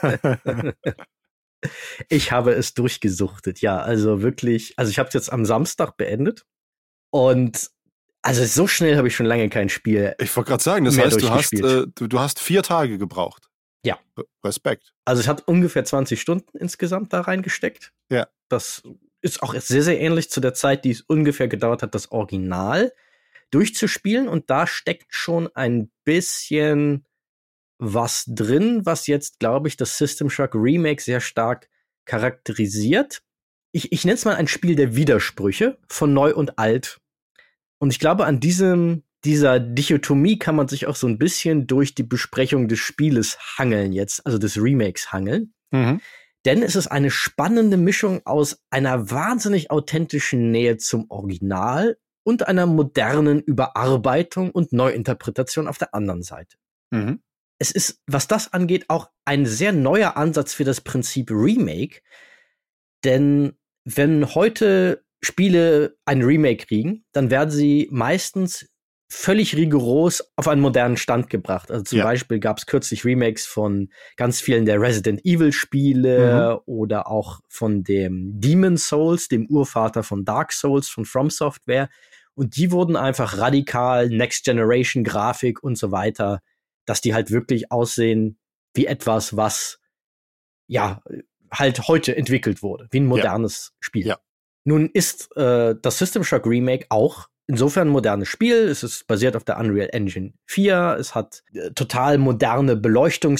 S1: Ich habe es durchgesuchtet, ja. Also wirklich, ich habe es jetzt am Samstag beendet. Und also so schnell habe ich schon lange kein Spiel.
S2: Ich wollte gerade sagen, das heißt, du hast 4 Tage gebraucht.
S1: Ja.
S2: Respekt.
S1: Also es hat ungefähr 20 Stunden insgesamt da reingesteckt.
S2: Ja.
S1: Das ist auch sehr, sehr ähnlich zu der Zeit, die es ungefähr gedauert hat, das Original durchzuspielen. Und da steckt schon ein bisschen was drin, was jetzt, glaube ich, das System Shock Remake sehr stark charakterisiert. Ich nenne es mal ein Spiel der Widersprüche von neu und alt. Und ich glaube, an dieser Dichotomie kann man sich auch so ein bisschen durch die Besprechung des Spieles hangeln jetzt, also des Remakes hangeln. Mhm. Denn es ist eine spannende Mischung aus einer wahnsinnig authentischen Nähe zum Original und einer modernen Überarbeitung und Neuinterpretation auf der anderen Seite. Mhm. Es ist, was das angeht, auch ein sehr neuer Ansatz für das Prinzip Remake. Denn wenn heute Spiele ein Remake kriegen, dann werden sie meistens völlig rigoros auf einen modernen Stand gebracht. Also zum Beispiel gab es kürzlich Remakes von ganz vielen der Resident Evil Spiele oder auch von dem Demon's Souls, dem Urvater von Dark Souls von From Software. Und die wurden einfach radikal, Next Generation Grafik und so weiter, dass die halt wirklich aussehen wie etwas, was ja halt heute entwickelt wurde, wie ein modernes Spiel.
S2: Ja.
S1: Nun ist das System Shock Remake auch insofern ein modernes Spiel. Es ist basiert auf der Unreal Engine 4. Es hat total moderne Beleuchtung,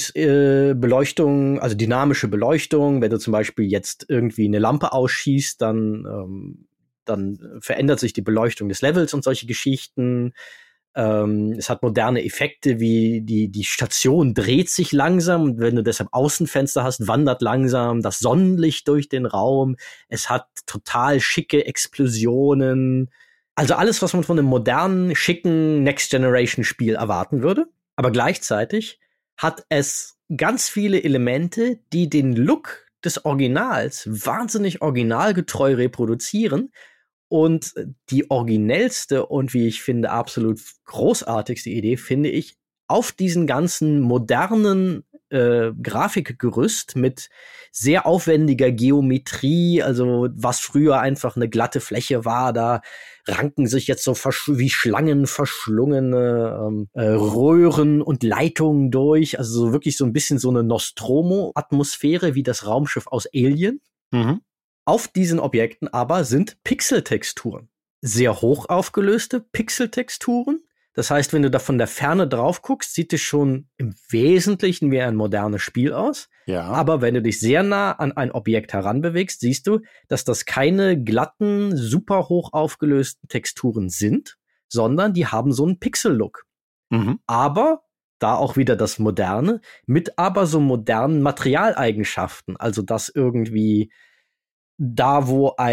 S1: also dynamische Beleuchtung. Wenn du zum Beispiel jetzt irgendwie eine Lampe ausschießt, dann verändert sich die Beleuchtung des Levels und solche Geschichten. Es hat moderne Effekte, wie die Station dreht sich langsam und wenn du deshalb Außenfenster hast, wandert langsam das Sonnenlicht durch den Raum. Es hat total schicke Explosionen. Also alles, was man von einem modernen, schicken Next-Generation-Spiel erwarten würde. Aber gleichzeitig hat es ganz viele Elemente, die den Look des Originals wahnsinnig originalgetreu reproduzieren. Und die originellste und wie ich finde absolut großartigste Idee finde ich auf diesen ganzen modernen Grafikgerüst mit sehr aufwendiger Geometrie, also was früher einfach eine glatte Fläche war, da ranken sich jetzt so wie Schlangen verschlungene Röhren und Leitungen durch, also so wirklich so ein bisschen so eine Nostromo-Atmosphäre wie das Raumschiff aus Alien.
S2: Mhm.
S1: Auf diesen Objekten aber sind Pixeltexturen. Sehr hoch aufgelöste Pixeltexturen. Das heißt, wenn du da von der Ferne drauf guckst, sieht es schon im Wesentlichen wie ein modernes Spiel aus.
S2: Ja.
S1: Aber wenn du dich sehr nah an ein Objekt heranbewegst, siehst du, dass das keine glatten, super hoch aufgelösten Texturen sind, sondern die haben so einen Pixel-Look.
S2: Mhm.
S1: Aber da auch wieder das Moderne, mit aber so modernen Materialeigenschaften. Also dass irgendwie da, wo so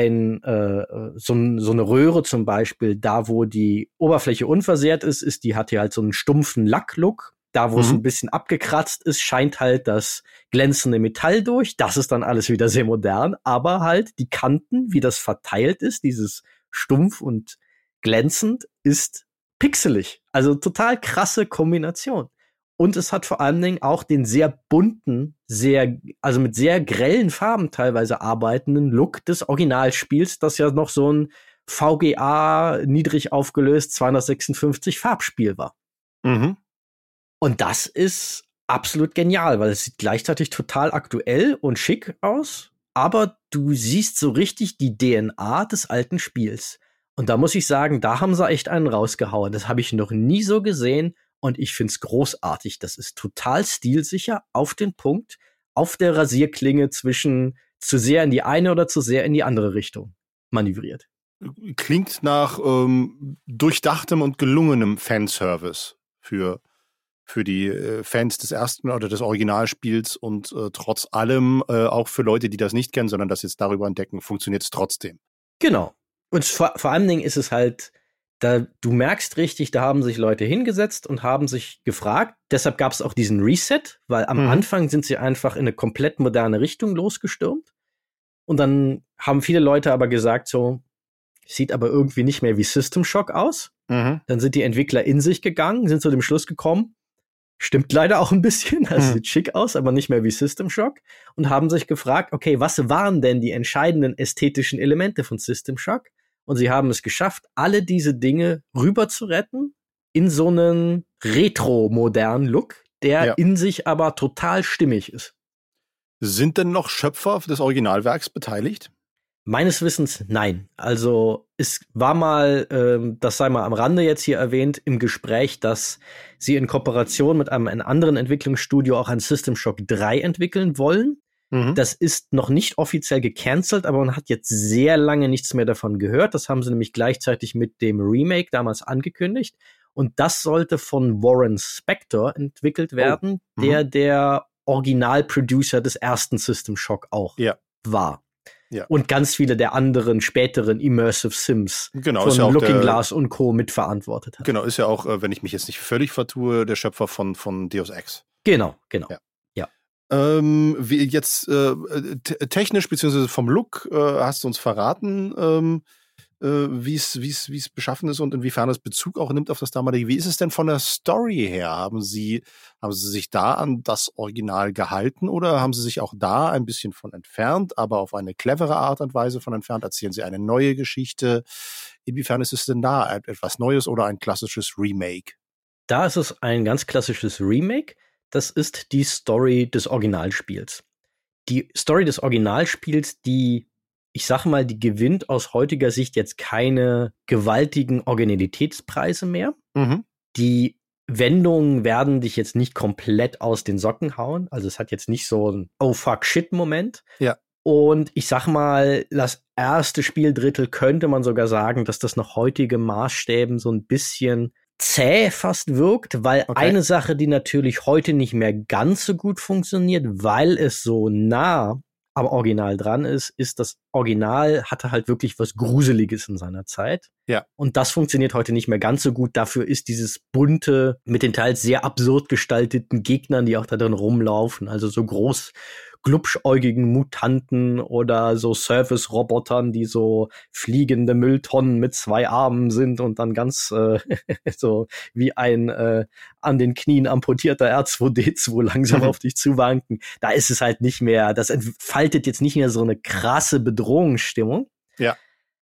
S1: eine Röhre zum Beispiel, da, wo die Oberfläche unversehrt ist, die hat ja halt so einen stumpfen Lacklook. Da, wo es ein bisschen abgekratzt ist, scheint halt das glänzende Metall durch. Das ist dann alles wieder sehr modern. Aber halt die Kanten, wie das verteilt ist, dieses stumpf und glänzend, ist pixelig. Also total krasse Kombination. Und es hat vor allen Dingen auch den sehr bunten, also mit sehr grellen Farben teilweise arbeitenden Look des Originalspiels, das ja noch so ein VGA niedrig aufgelöst 256 Farbspiel war.
S2: Mhm.
S1: Und das ist absolut genial, weil es sieht gleichzeitig total aktuell und schick aus, aber du siehst so richtig die DNA des alten Spiels. Und da muss ich sagen, da haben sie echt einen rausgehauen. Das habe ich noch nie so gesehen. Und ich find's großartig. Das ist total stilsicher, auf den Punkt, auf der Rasierklinge zwischen zu sehr in die eine oder zu sehr in die andere Richtung manövriert.
S2: Klingt nach durchdachtem und gelungenem Fanservice für die Fans des ersten oder des Originalspiels und trotz allem auch für Leute, die das nicht kennen, sondern das jetzt darüber entdecken, funktioniert es trotzdem.
S1: Genau. Und vor allen Dingen ist es halt, du merkst richtig, da haben sich Leute hingesetzt und haben sich gefragt. Deshalb gab es auch diesen Reset, weil am Anfang sind sie einfach in eine komplett moderne Richtung losgestürmt. Und dann haben viele Leute aber gesagt so, sieht aber irgendwie nicht mehr wie System Shock aus. Dann sind die Entwickler in sich gegangen, sind zu dem Schluss gekommen, stimmt leider auch ein bisschen, also sieht schick aus, aber nicht mehr wie System Shock. Und haben sich gefragt, okay, was waren denn die entscheidenden ästhetischen Elemente von System Shock? Und sie haben es geschafft, alle diese Dinge rüber zu retten in so einen retro-modernen Look, der in sich aber total stimmig ist.
S2: Sind denn noch Schöpfer des Originalwerks beteiligt?
S1: Meines Wissens nein. Also es war mal, das sei mal am Rande jetzt hier erwähnt, im Gespräch, dass sie in Kooperation mit einem anderen Entwicklungsstudio auch ein System Shock 3 entwickeln wollen. Das ist noch nicht offiziell gecancelt, aber man hat jetzt sehr lange nichts mehr davon gehört. Das haben sie nämlich gleichzeitig mit dem Remake damals angekündigt. Und das sollte von Warren Spector entwickelt werden, der Originalproducer des ersten System Shock auch war. Ja. Und ganz viele der anderen späteren Immersive Sims von Looking Glass und Co. mitverantwortet hat.
S2: Genau, ist ja auch, wenn ich mich jetzt nicht völlig vertue, der Schöpfer von Deus Ex.
S1: Genau. Ja.
S2: Wie jetzt technisch beziehungsweise vom Look hast du uns verraten, wie es beschaffen ist und inwiefern es Bezug auch nimmt auf das damalige. Wie ist es denn von der Story her? Haben Sie sich da an das Original gehalten oder haben Sie sich auch da ein bisschen von entfernt, aber auf eine clevere Art und Weise von entfernt? Erzählen Sie eine neue Geschichte? Inwiefern ist es denn da etwas Neues oder ein klassisches Remake?
S1: Da ist es ein ganz klassisches Remake. Das ist die Story des Originalspiels. Die Story des Originalspiels, ich sag mal, die gewinnt aus heutiger Sicht jetzt keine gewaltigen Originalitätspreise mehr.
S2: Mhm.
S1: Die Wendungen werden dich jetzt nicht komplett aus den Socken hauen. Also es hat jetzt nicht so einen Oh-fuck-shit-Moment.
S2: Ja.
S1: Und ich sag mal, das erste Spieldrittel könnte man sogar sagen, dass das nach heutigen Maßstäben so ein bisschen zäh fast wirkt, weil eine Sache, die natürlich heute nicht mehr ganz so gut funktioniert, weil es so nah am Original dran ist, das Original hatte halt wirklich was Gruseliges in seiner Zeit.
S2: Ja.
S1: Und das funktioniert heute nicht mehr ganz so gut. Dafür ist dieses bunte, mit den teils sehr absurd gestalteten Gegnern, die auch da drin rumlaufen, also so groß glubschäugigen Mutanten oder so Service-Robotern, die so fliegende Mülltonnen mit 2 Armen sind und dann ganz so wie ein an den Knien amputierter R2D2 langsam auf dich zuwanken. Da ist es halt nicht mehr, das entfaltet jetzt nicht mehr so eine krasse Bedrohungsstimmung.
S2: Ja.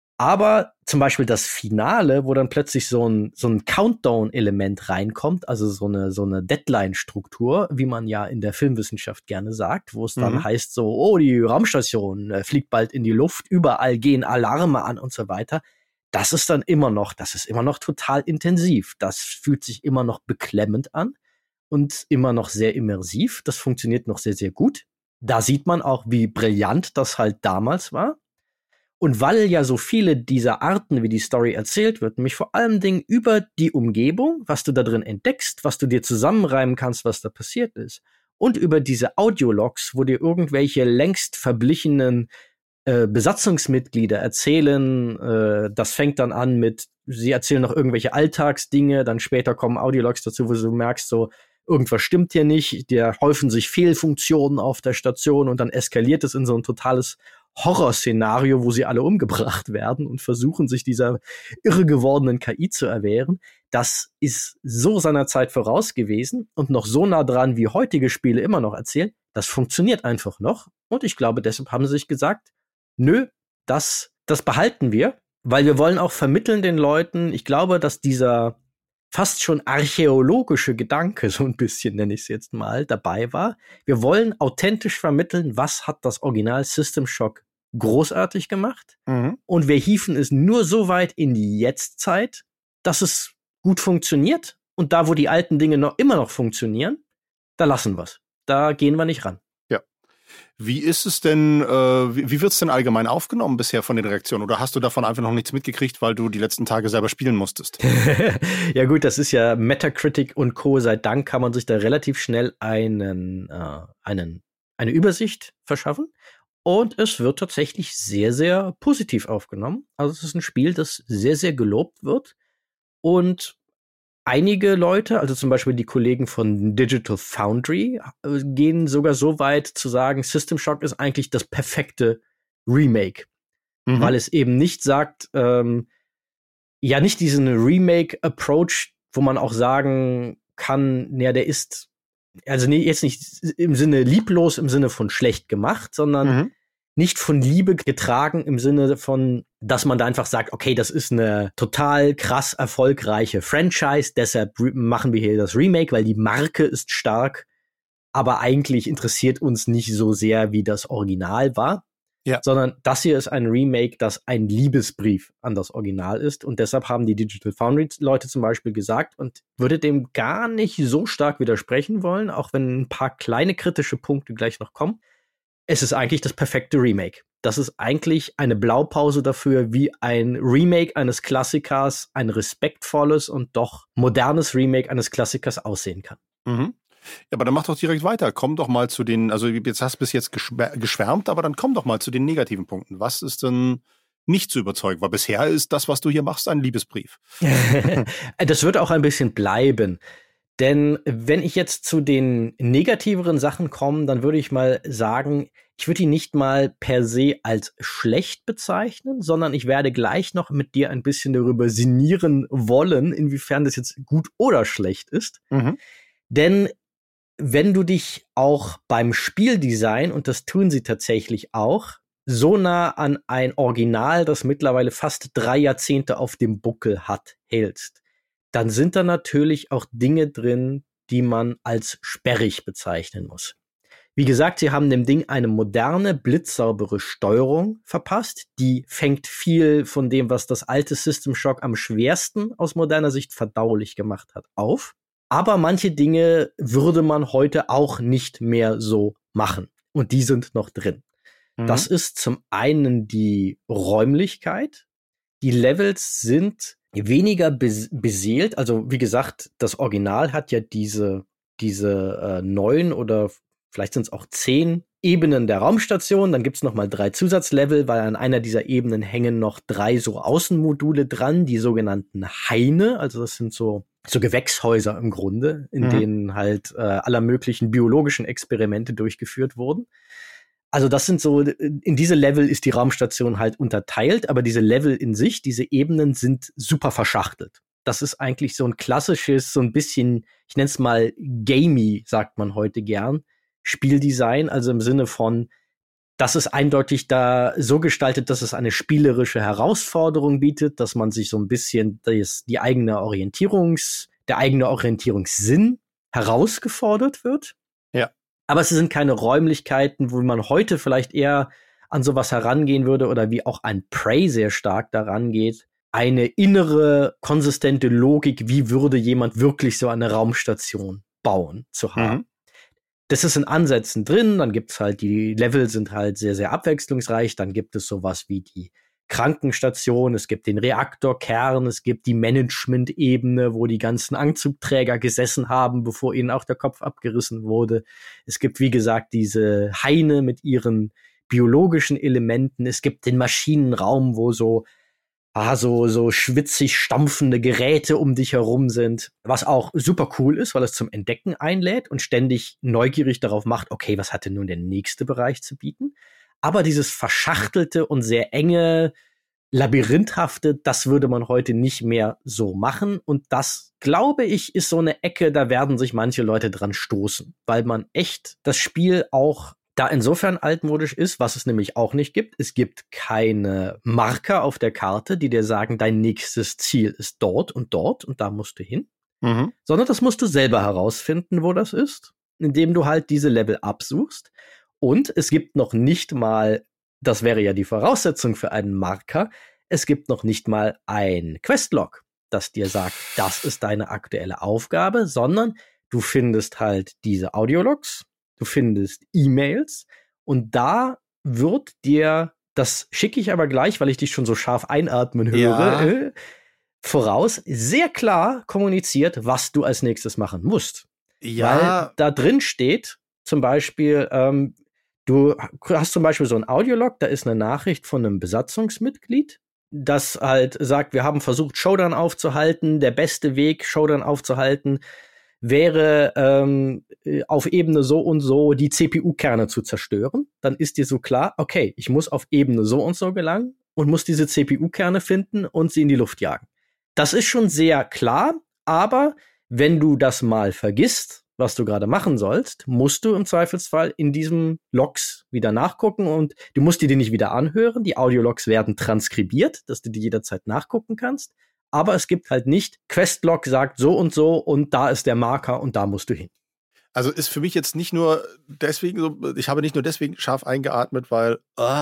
S1: Aber zum Beispiel das Finale, wo dann plötzlich so ein Countdown-Element reinkommt, also so eine Deadline-Struktur, wie man ja in der Filmwissenschaft gerne sagt, wo es dann heißt so, oh, die Raumstation fliegt bald in die Luft, überall gehen Alarme an und so weiter. Das ist immer noch total intensiv. Das fühlt sich immer noch beklemmend an und immer noch sehr immersiv. Das funktioniert noch sehr, sehr gut. Da sieht man auch, wie brillant das halt damals war. Und weil ja so viele dieser Arten, wie die Story erzählt wird, nämlich vor allen Dingen über die Umgebung, was du da drin entdeckst, was du dir zusammenreimen kannst, was da passiert ist, und über diese Audiologs, wo dir irgendwelche längst verblichenen Besatzungsmitglieder erzählen, das fängt dann an mit, sie erzählen noch irgendwelche Alltagsdinge, dann später kommen Audiologs dazu, wo du merkst so, irgendwas stimmt hier nicht, dir häufen sich Fehlfunktionen auf der Station und dann eskaliert es in so ein totales Horrorszenario, wo sie alle umgebracht werden und versuchen, sich dieser irre gewordenen KI zu erwehren. Das ist so seiner Zeit voraus gewesen und noch so nah dran, wie heutige Spiele immer noch erzählen. Das funktioniert einfach noch. Und ich glaube, deshalb haben sie sich gesagt, nö, das behalten wir, weil wir wollen auch vermitteln den Leuten, ich glaube, dass dieser fast schon archäologische Gedanke, so ein bisschen nenne ich es jetzt mal, dabei war. Wir wollen authentisch vermitteln, was hat das Original System Shock großartig gemacht. Und wir hieven es nur so weit in die Jetztzeit, dass es gut funktioniert. Und da, wo die alten Dinge immer noch funktionieren, da lassen wir's. Da gehen wir nicht ran.
S2: Ja. Wie ist es denn, wie wird es denn allgemein aufgenommen bisher von den Reaktionen? Oder hast du davon einfach noch nichts mitgekriegt, weil du die letzten Tage selber spielen musstest?
S1: Ja gut, das ist ja Metacritic und Co. Sei Dank kann man sich da relativ schnell eine Übersicht verschaffen. Und es wird tatsächlich sehr, sehr positiv aufgenommen. Also es ist ein Spiel, das sehr, sehr gelobt wird. Und einige Leute, also zum Beispiel die Kollegen von Digital Foundry, gehen sogar so weit zu sagen, System Shock ist eigentlich das perfekte Remake. Weil es eben nicht sagt, nicht diesen Remake-Approach, wo man auch sagen kann, ja, der ist, also jetzt nicht im Sinne lieblos, im Sinne von schlecht gemacht, sondern nicht von Liebe getragen im Sinne von, dass man da einfach sagt, okay, das ist eine total krass erfolgreiche Franchise, deshalb machen wir hier das Remake, weil die Marke ist stark, aber eigentlich interessiert uns nicht so sehr, wie das Original war. Ja. Sondern das hier ist ein Remake, das ein Liebesbrief an das Original ist. Und deshalb haben die Digital Foundry-Leute zum Beispiel gesagt und würde dem gar nicht so stark widersprechen wollen, auch wenn ein paar kleine kritische Punkte gleich noch kommen. Es ist eigentlich das perfekte Remake. Das ist eigentlich eine Blaupause dafür, wie ein Remake eines Klassikers, ein respektvolles und doch modernes Remake eines Klassikers aussehen kann.
S2: Ja, aber dann mach doch direkt weiter. Komm doch mal zu den, also jetzt hast du bis jetzt geschwärmt, aber dann komm doch mal zu den negativen Punkten. Was ist denn nicht zu überzeugen? Weil bisher ist das, was du hier machst, ein Liebesbrief.
S1: Das wird auch ein bisschen bleiben. Denn wenn ich jetzt zu den negativeren Sachen komme, dann würde ich mal sagen, ich würde ihn nicht mal per se als schlecht bezeichnen, sondern ich werde gleich noch mit dir ein bisschen darüber sinnieren wollen, inwiefern das jetzt gut oder schlecht ist. Denn wenn du dich auch beim Spieldesign, und das tun sie tatsächlich auch, so nah an ein Original, das mittlerweile fast 3 Jahrzehnte auf dem Buckel hat, hältst, dann sind da natürlich auch Dinge drin, die man als sperrig bezeichnen muss. Wie gesagt, sie haben dem Ding eine moderne, blitzsaubere Steuerung verpasst. Die fängt viel von dem, was das alte System Shock am schwersten aus moderner Sicht verdaulich gemacht hat, auf. Aber manche Dinge würde man heute auch nicht mehr so machen. Und die sind noch drin. Das ist zum einen die Räumlichkeit. Die Levels sind weniger beseelt. Also wie gesagt, das Original hat ja diese 9 oder vielleicht sind es auch 10 Ebenen der Raumstation. Dann gibt's noch mal 3 Zusatzlevel, weil an einer dieser Ebenen hängen noch 3 so Außenmodule dran, die sogenannten Haine. Also das sind so Gewächshäuser im Grunde, in denen halt aller möglichen biologischen Experimente durchgeführt wurden. Also das sind so, in diese Level ist die Raumstation halt unterteilt, aber diese Level in sich, diese Ebenen sind super verschachtelt. Das ist eigentlich so ein klassisches, so ein bisschen, ich nenne es mal gamey, sagt man heute gern, Spieldesign, also im Sinne von, das ist eindeutig da so gestaltet, dass es eine spielerische Herausforderung bietet, dass man sich so ein bisschen der eigene Orientierungssinn herausgefordert wird.
S2: Ja.
S1: Aber es sind keine Räumlichkeiten, wo man heute vielleicht eher an sowas herangehen würde oder wie auch ein Prey sehr stark daran geht. Eine innere, konsistente Logik, wie würde jemand wirklich so eine Raumstation bauen, zu haben. Das ist in Ansätzen drin, dann gibt's halt, die Level sind halt sehr, sehr abwechslungsreich, dann gibt es sowas wie die Krankenstation, es gibt den Reaktorkern, es gibt die Management-Ebene, wo die ganzen Anzugträger gesessen haben, bevor ihnen auch der Kopf abgerissen wurde. Es gibt, wie gesagt, diese Haine mit ihren biologischen Elementen. Es gibt den Maschinenraum, wo so schwitzig stampfende Geräte um dich herum sind, was auch super cool ist, weil es zum Entdecken einlädt und ständig neugierig darauf macht, okay, was hat denn nun der nächste Bereich zu bieten? Aber dieses verschachtelte und sehr enge, labyrinthafte, das würde man heute nicht mehr so machen. Und das, glaube ich, ist so eine Ecke, da werden sich manche Leute dran stoßen, weil man echt das Spiel auch da insofern altmodisch ist, was es nämlich auch nicht gibt. Es gibt keine Marker auf der Karte, die dir sagen, dein nächstes Ziel ist dort und da musst du hin. Sondern das musst du selber herausfinden, wo das ist, indem du halt diese Level absuchst. Und es gibt noch nicht mal, das wäre ja die Voraussetzung für einen Marker, es gibt noch nicht mal ein Questlog, das dir sagt, das ist deine aktuelle Aufgabe, sondern du findest halt diese Audiologs, du findest E-Mails und da wird dir, das schicke ich aber gleich, weil ich dich schon so scharf einatmen höre, voraus, sehr klar kommuniziert, was du als nächstes machen musst. Ja. Weil da drin steht zum Beispiel, du hast zum Beispiel so ein Audiolog, da ist eine Nachricht von einem Besatzungsmitglied, das halt sagt, wir haben versucht, Showdown aufzuhalten, der beste Weg, Showdown aufzuhalten, wäre auf Ebene so und so die CPU-Kerne zu zerstören, dann ist dir so klar, okay, ich muss auf Ebene so und so gelangen und muss diese CPU-Kerne finden und sie in die Luft jagen. Das ist schon sehr klar, aber wenn du das mal vergisst, was du gerade machen sollst, musst du im Zweifelsfall in diesem Logs wieder nachgucken und du musst die nicht wieder anhören. Die Audiologs werden transkribiert, dass du die jederzeit nachgucken kannst. Aber es gibt halt nicht, Questlog sagt so und da ist der Marker und da musst du hin.
S2: Also ist für mich jetzt nicht nur deswegen so, ich habe nicht nur deswegen scharf eingeatmet, weil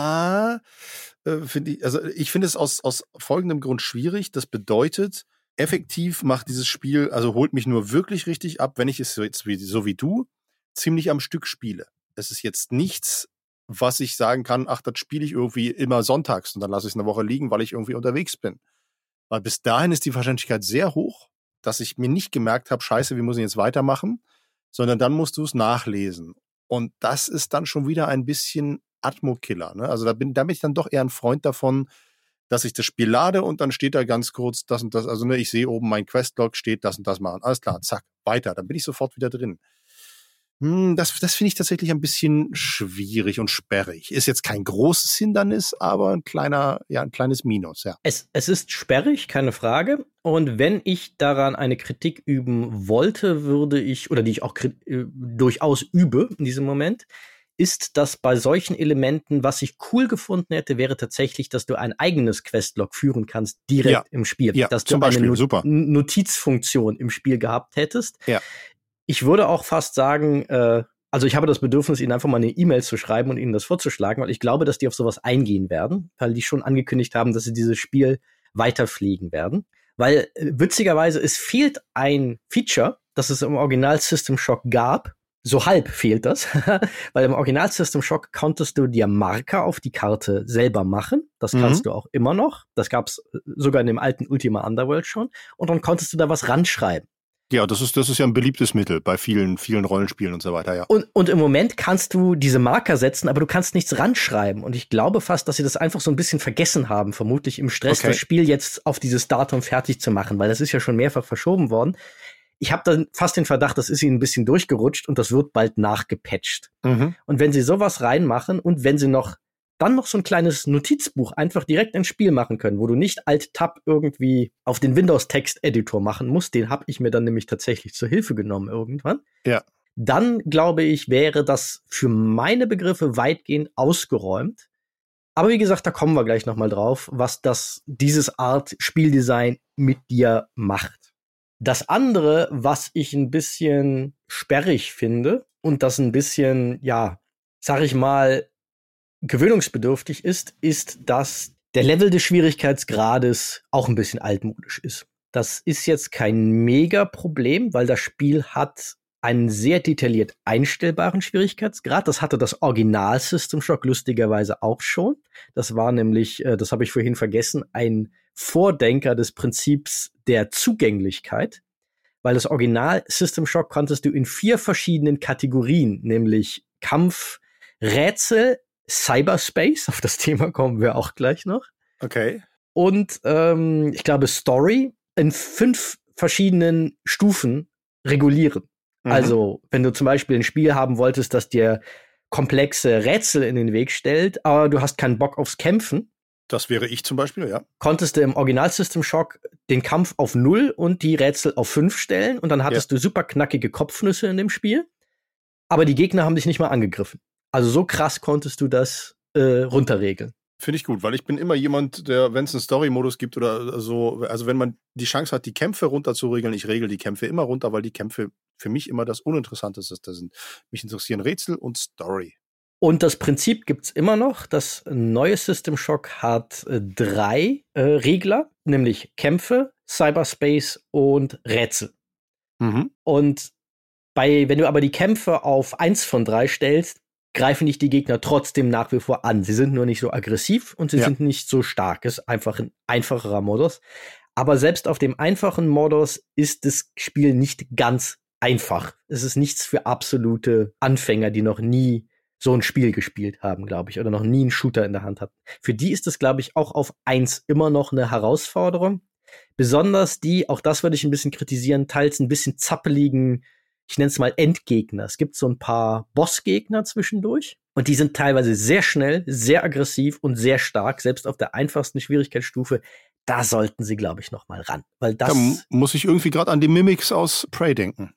S2: ich finde es aus folgendem Grund schwierig. Das bedeutet, effektiv macht dieses Spiel, also holt mich nur wirklich richtig ab, wenn ich es jetzt so wie du ziemlich am Stück spiele. Es ist jetzt nichts, was ich sagen kann, ach, das spiele ich irgendwie immer sonntags und dann lasse ich es eine Woche liegen, weil ich irgendwie unterwegs bin. Weil bis dahin ist die Wahrscheinlichkeit sehr hoch, dass ich mir nicht gemerkt habe, scheiße, wie muss ich jetzt weitermachen, sondern dann musst du es nachlesen. Und das ist dann schon wieder ein bisschen Atmo-Killer. Ne? Also da bin ich dann doch eher ein Freund davon, dass ich das Spiel lade und dann steht da ganz kurz das und das. Also ne, ich sehe oben mein Questlog, steht das und das machen. Alles klar, zack, weiter. Dann bin ich sofort wieder drin. Das finde ich tatsächlich ein bisschen schwierig und sperrig. Ist jetzt kein großes Hindernis, aber ein kleines Minus, ja.
S1: Es ist sperrig, keine Frage. Und wenn ich daran eine Kritik üben wollte, würde ich, oder die ich auch durchaus übe in diesem Moment, ist, dass bei solchen Elementen, was ich cool gefunden hätte, wäre tatsächlich, dass du ein eigenes Questlog führen kannst, direkt im Spiel.
S2: Ja,
S1: dass
S2: zum
S1: du
S2: Beispiel,
S1: eine
S2: super.
S1: Notizfunktion im Spiel gehabt hättest.
S2: Ja.
S1: Ich würde auch fast sagen, also ich habe das Bedürfnis, Ihnen einfach mal eine E-Mail zu schreiben und Ihnen das vorzuschlagen, weil ich glaube, dass die auf sowas eingehen werden, weil die schon angekündigt haben, dass sie dieses Spiel weiterpflegen werden. Weil witzigerweise, es fehlt ein Feature, das es im Original System Shock gab. So halb fehlt das, weil im Original System Shock konntest du dir Marker auf die Karte selber machen. Das kannst du auch immer noch. Das gab's sogar in dem alten Ultima Underworld schon. Und dann konntest du da was ranschreiben.
S2: Ja, das ist ja ein beliebtes Mittel bei vielen Rollenspielen und so weiter, ja.
S1: Und im Moment kannst du diese Marker setzen, aber du kannst nichts ranschreiben. Und ich glaube fast, dass sie das einfach so ein bisschen vergessen haben, vermutlich im Stress, das Spiel jetzt auf dieses Datum fertig zu machen, weil das ist ja schon mehrfach verschoben worden. Ich habe dann fast den Verdacht, das ist ihnen ein bisschen durchgerutscht und das wird bald nachgepatcht. Und wenn sie sowas reinmachen und wenn sie dann noch so ein kleines Notizbuch einfach direkt ins Spiel machen können, wo du nicht Alt-Tab irgendwie auf den Windows-Text-Editor machen musst, den habe ich mir dann nämlich tatsächlich zur Hilfe genommen irgendwann.
S2: Ja.
S1: Dann, glaube ich, wäre das für meine Begriffe weitgehend ausgeräumt. Aber wie gesagt, da kommen wir gleich noch mal drauf, was dieses Art Spieldesign mit dir macht. Das andere, was ich ein bisschen sperrig finde und das ein bisschen, ja, sag ich mal, gewöhnungsbedürftig ist, dass der Level des Schwierigkeitsgrades auch ein bisschen altmodisch ist. Das ist jetzt kein Mega-Problem, weil das Spiel hat einen sehr detailliert einstellbaren Schwierigkeitsgrad. Das hatte das Original System Shock lustigerweise auch schon. Das war nämlich, das habe ich vorhin vergessen, ein Vordenker des Prinzips der Zugänglichkeit. Weil das Original System Shock konntest du in 4 verschiedenen Kategorien, nämlich Kampf, Rätsel, Cyberspace, auf das Thema kommen wir auch gleich noch.
S2: Okay.
S1: Und ich glaube Story in 5 verschiedenen Stufen regulieren. Also, wenn du zum Beispiel ein Spiel haben wolltest, das dir komplexe Rätsel in den Weg stellt, aber du hast keinen Bock aufs Kämpfen.
S2: Das wäre ich zum Beispiel, ja.
S1: Konntest du im Original System Shock den Kampf auf 0 und die Rätsel auf 5 stellen und dann hattest du super knackige Kopfnüsse in dem Spiel. Aber die Gegner haben dich nicht mal angegriffen. Also so krass konntest du das runterregeln.
S2: Finde ich gut, weil ich bin immer jemand, der, wenn es einen Story-Modus gibt oder so, also wenn man die Chance hat, die Kämpfe runterzuregeln, ich regel die Kämpfe immer runter, weil die Kämpfe für mich immer das Uninteressanteste sind. Mich interessieren Rätsel und Story.
S1: Und das Prinzip gibt's immer noch. Das neue System Shock hat 3 Regler, nämlich Kämpfe, Cyberspace und Rätsel. Und wenn du aber die Kämpfe auf 1 von 3 stellst, greifen dich die Gegner trotzdem nach wie vor an. Sie sind nur nicht so aggressiv und sie sind nicht so stark. Es ist einfach ein einfacherer Modus. Aber selbst auf dem einfachen Modus ist das Spiel nicht ganz einfach. Es ist nichts für absolute Anfänger, die noch nie so ein Spiel gespielt haben, glaube ich, oder noch nie einen Shooter in der Hand hatten. Für die ist es, glaube ich, auch auf 1 immer noch eine Herausforderung. Besonders die, auch das würde ich ein bisschen kritisieren, teils ein bisschen zappeligen, ich nenne es mal Endgegner. Es gibt so ein paar Bossgegner zwischendurch und die sind teilweise sehr schnell, sehr aggressiv und sehr stark, selbst auf der einfachsten Schwierigkeitsstufe. Da sollten sie, glaube ich, noch mal ran. Weil das
S2: da muss ich irgendwie gerade an die Mimics aus Prey denken.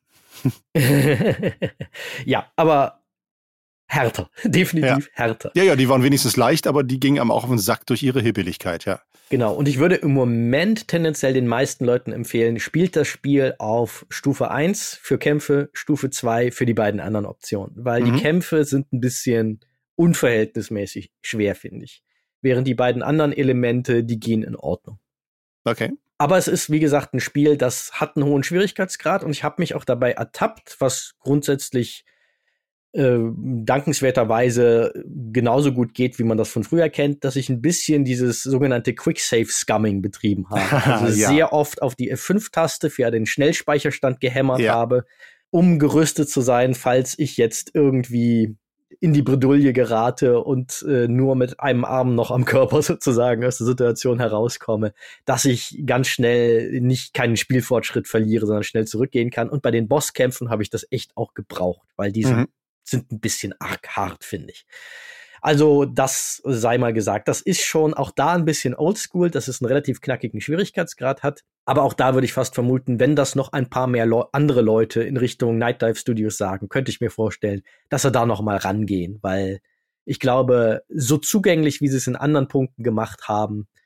S1: Ja, aber härter, definitiv härter.
S2: Ja, die waren wenigstens leicht, aber die gingen einem auch auf den Sack durch ihre Hibbeligkeit, ja.
S1: Genau, und ich würde im Moment tendenziell den meisten Leuten empfehlen, spielt das Spiel auf Stufe 1 für Kämpfe, Stufe 2 für die beiden anderen Optionen. Weil die Kämpfe sind ein bisschen unverhältnismäßig schwer, finde ich. Während die beiden anderen Elemente, die gehen in Ordnung.
S2: Okay.
S1: Aber es ist, wie gesagt, ein Spiel, das hat einen hohen Schwierigkeitsgrad und ich habe mich auch dabei ertappt, was grundsätzlich dankenswerterweise genauso gut geht, wie man das von früher kennt, dass ich ein bisschen dieses sogenannte Quick-Save-Scumming betrieben habe. Also sehr oft auf die F5-Taste für den Schnellspeicherstand gehämmert habe, um gerüstet zu sein, falls ich jetzt irgendwie in die Bredouille gerate und nur mit einem Arm noch am Körper sozusagen aus der Situation herauskomme, dass ich ganz schnell keinen Spielfortschritt verliere, sondern schnell zurückgehen kann. Und bei den Bosskämpfen habe ich das echt auch gebraucht, weil die sind ein bisschen arg hart, finde ich. Also das sei mal gesagt, das ist schon auch da ein bisschen oldschool, dass es einen relativ knackigen Schwierigkeitsgrad hat. Aber auch da würde ich fast vermuten, wenn das noch ein paar mehr andere Leute in Richtung Night Dive Studios sagen, könnte ich mir vorstellen, dass sie da noch mal rangehen. Weil ich glaube, so zugänglich, wie sie es in anderen Punkten gemacht haben,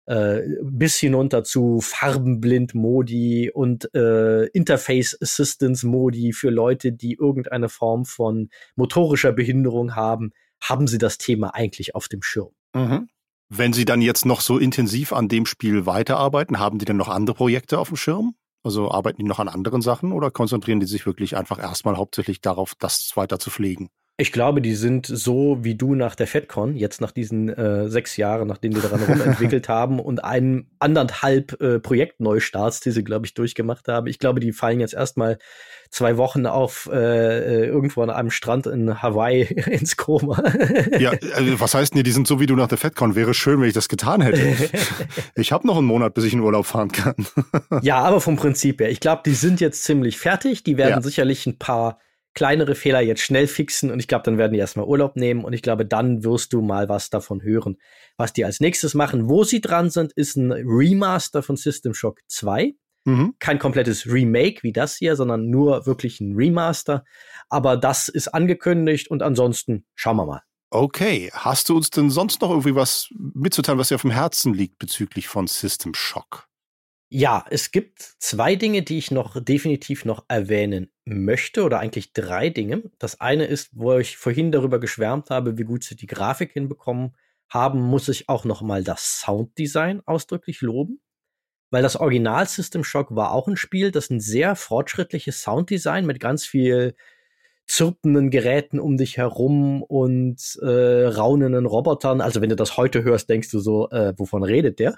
S1: bis hinunter zu Farbenblind-Modi und Interface Assistance-Modi für Leute, die irgendeine Form von motorischer Behinderung haben, haben sie das Thema eigentlich auf dem Schirm.
S2: Mhm. Wenn Sie dann jetzt noch so intensiv an dem Spiel weiterarbeiten, haben die denn noch andere Projekte auf dem Schirm? Also arbeiten die noch an anderen Sachen oder konzentrieren die sich wirklich einfach erstmal hauptsächlich darauf, das weiter zu pflegen?
S1: Ich glaube, die sind so wie du nach der FedCon, jetzt nach diesen 6 Jahren, nachdem die daran rumentwickelt haben und einen 1,5 Projektneustarts, die sie, glaube ich, durchgemacht haben. Ich glaube, die fallen jetzt erstmal 2 Wochen auf irgendwo an einem Strand in Hawaii ins Koma.
S2: Ja, also was heißt denn, die sind so wie du nach der FedCon? Wäre schön, wenn ich das getan hätte. Ich habe noch einen Monat, bis ich in Urlaub fahren kann.
S1: Ja, aber vom Prinzip her. Ich glaube, die sind jetzt ziemlich fertig. Die werden sicherlich ein paar kleinere Fehler jetzt schnell fixen und ich glaube, dann werden die erstmal Urlaub nehmen und ich glaube, dann wirst du mal was davon hören. Was die als nächstes machen, wo sie dran sind, ist ein Remaster von System Shock 2. Kein komplettes Remake wie das hier, sondern nur wirklich ein Remaster. Aber das ist angekündigt und ansonsten schauen wir mal.
S2: Okay, hast du uns denn sonst noch irgendwie was mitzuteilen, was dir auf dem Herzen liegt bezüglich von System Shock?
S1: Ja, es gibt 2 Dinge, die ich definitiv noch erwähnen möchte, oder eigentlich 3 Dinge. Das eine ist, wo ich vorhin darüber geschwärmt habe, wie gut sie die Grafik hinbekommen haben, muss ich auch noch mal das Sounddesign ausdrücklich loben. Weil das Original System Shock war auch ein Spiel, das ein sehr fortschrittliches Sounddesign mit ganz viel zirpenden Geräten um dich herum und raunenden Robotern. Also wenn du das heute hörst, denkst du so, wovon redet der?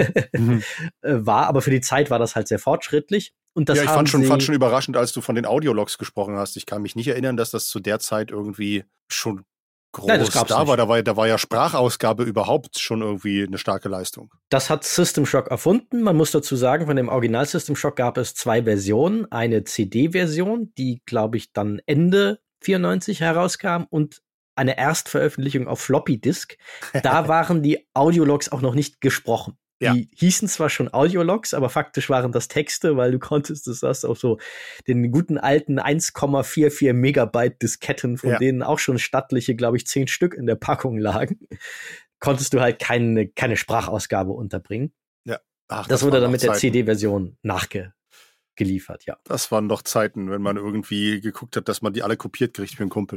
S1: War, aber für die Zeit war das halt sehr fortschrittlich. Und das
S2: ich fand schon überraschend, als du von den Audiologs gesprochen hast. Ich kann mich nicht erinnern, dass das zu der Zeit irgendwie schon groß da war. Da war ja Sprachausgabe überhaupt schon irgendwie eine starke Leistung.
S1: Das hat System Shock erfunden. Man muss dazu sagen, von dem Original System Shock gab es 2 Versionen. Eine CD-Version, die, glaube ich, dann Ende 94 herauskam und eine Erstveröffentlichung auf Floppy Disk. Da waren die Audiologs auch noch nicht gesprochen. Die hießen zwar schon Audiologs, aber faktisch waren das Texte, weil du konntest, das hast auf so den guten alten 1,44 Megabyte Disketten, von denen auch schon stattliche, glaube ich, 10 Stück in der Packung lagen, konntest du halt keine Sprachausgabe unterbringen.
S2: Ja. Ach,
S1: das wurde dann mit der CD-Version nachgeliefert, ja.
S2: Das waren doch Zeiten, wenn man irgendwie geguckt hat, dass man die alle kopiert kriegt für einen Kumpel.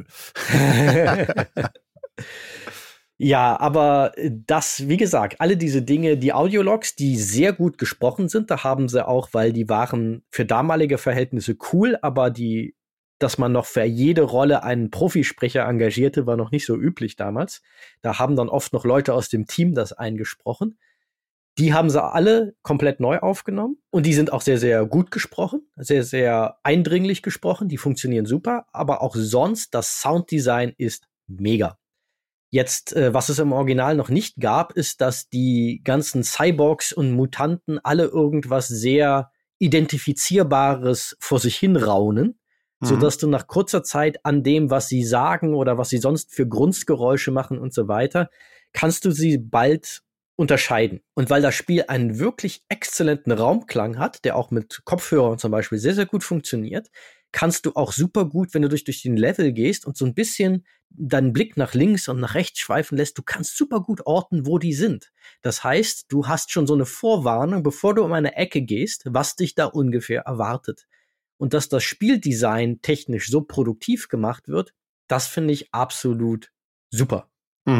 S1: Ja, aber das, wie gesagt, alle diese Dinge, die Audiologs, die sehr gut gesprochen sind, da haben sie auch, weil die waren für damalige Verhältnisse cool, aber dass man noch für jede Rolle einen Profisprecher engagierte, war noch nicht so üblich damals. Da haben dann oft noch Leute aus dem Team das eingesprochen. Die haben sie alle komplett neu aufgenommen und die sind auch sehr, sehr gut gesprochen, sehr, sehr eindringlich gesprochen, die funktionieren super, aber auch sonst, das Sounddesign ist mega. Jetzt, was es im Original noch nicht gab, ist, dass die ganzen Cyborgs und Mutanten alle irgendwas sehr Identifizierbares vor sich hin raunen, sodass du nach kurzer Zeit an dem, was sie sagen oder was sie sonst für Grunzgeräusche machen und so weiter, kannst du sie bald unterscheiden. Und weil das Spiel einen wirklich exzellenten Raumklang hat, der auch mit Kopfhörern zum Beispiel sehr, sehr gut funktioniert, kannst du auch super gut, wenn du durch den Level gehst und so ein bisschen deinen Blick nach links und nach rechts schweifen lässt, du kannst super gut orten, wo die sind. Das heißt, du hast schon so eine Vorwarnung, bevor du um eine Ecke gehst, was dich da ungefähr erwartet. Und dass das Spieldesign technisch so produktiv gemacht wird, das finde ich absolut super.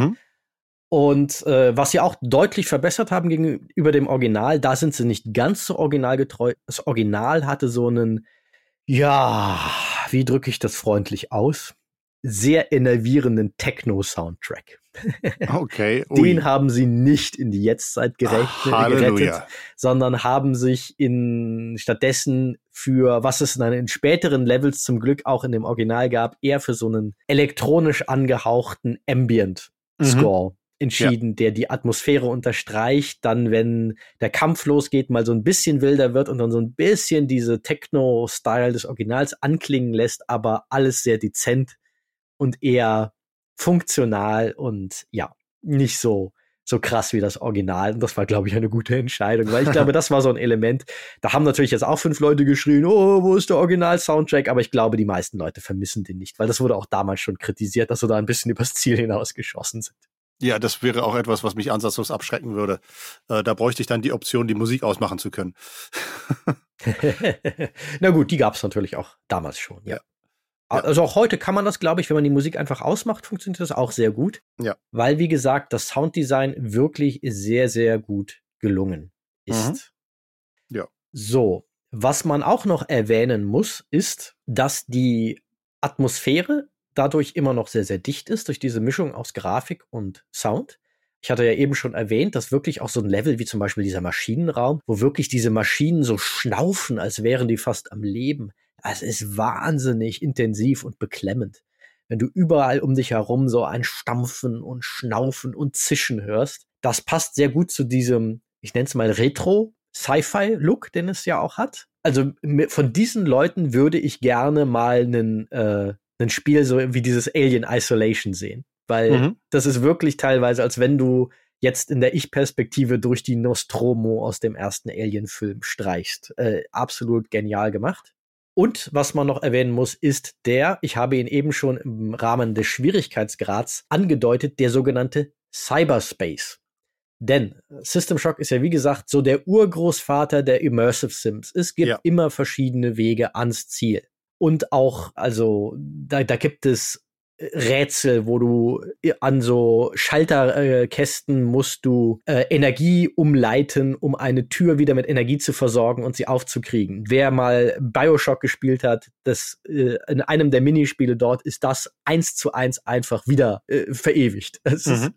S1: Und was sie auch deutlich verbessert haben gegenüber dem Original, da sind sie nicht ganz so originalgetreu. Das Original hatte so einen, wie drücke ich das freundlich aus? Sehr enervierenden Techno-Soundtrack.
S2: Okay.
S1: Den haben sie nicht in die Jetztzeit gerettet, sondern haben sich stattdessen für, was es dann in späteren Levels zum Glück auch in dem Original gab, eher für so einen elektronisch angehauchten Ambient-Score entschieden, der die Atmosphäre unterstreicht, dann, wenn der Kampf losgeht, mal so ein bisschen wilder wird und dann so ein bisschen diese Techno-Style des Originals anklingen lässt, aber alles sehr dezent und eher funktional und nicht so krass wie das Original. Und das war, glaube ich, eine gute Entscheidung, weil ich glaube, das war so ein Element. Da haben natürlich jetzt auch 5 Leute geschrien, oh, wo ist der Original-Soundtrack? Aber ich glaube, die meisten Leute vermissen den nicht, weil das wurde auch damals schon kritisiert, dass sie da ein bisschen übers Ziel hinausgeschossen sind.
S2: Ja, das wäre auch etwas, was mich ansatzlos abschrecken würde. Da bräuchte ich dann die Option, die Musik ausmachen zu können.
S1: Na gut, die gab es natürlich auch damals schon, ja.
S2: Ja.
S1: Also auch heute kann man das, glaube ich, wenn man die Musik einfach ausmacht, funktioniert das auch sehr gut.
S2: Ja.
S1: Weil, wie gesagt, das Sounddesign wirklich sehr, sehr gut gelungen ist.
S2: Ja.
S1: So, was man auch noch erwähnen muss, ist, dass die Atmosphäre dadurch immer noch sehr, sehr dicht ist, durch diese Mischung aus Grafik und Sound. Ich hatte ja eben schon erwähnt, dass wirklich auch so ein Level wie zum Beispiel dieser Maschinenraum, wo wirklich diese Maschinen so schnaufen, als wären die fast am Leben. Es ist wahnsinnig intensiv und beklemmend. Wenn du überall um dich herum so ein Stampfen und Schnaufen und Zischen hörst, das passt sehr gut zu diesem, ich nenne es mal Retro-Sci-Fi-Look, den es ja auch hat. Also von diesen Leuten würde ich gerne mal ein Spiel so wie dieses Alien Isolation sehen. Weil das ist wirklich teilweise, als wenn du jetzt in der Ich-Perspektive durch die Nostromo aus dem ersten Alien-Film streichst. Absolut genial gemacht. Und was man noch erwähnen muss, ist ich habe ihn eben schon im Rahmen des Schwierigkeitsgrads angedeutet, der sogenannte Cyberspace. Denn System Shock ist ja, wie gesagt, so der Urgroßvater der Immersive Sims. Es gibt immer verschiedene Wege ans Ziel. Und auch, also, da gibt es Rätsel, wo du an so Schalterkästen musst du Energie umleiten, um eine Tür wieder mit Energie zu versorgen und sie aufzukriegen. Wer mal BioShock gespielt hat, in einem der Minispiele dort ist das 1:1 einfach wieder verewigt. Es ist,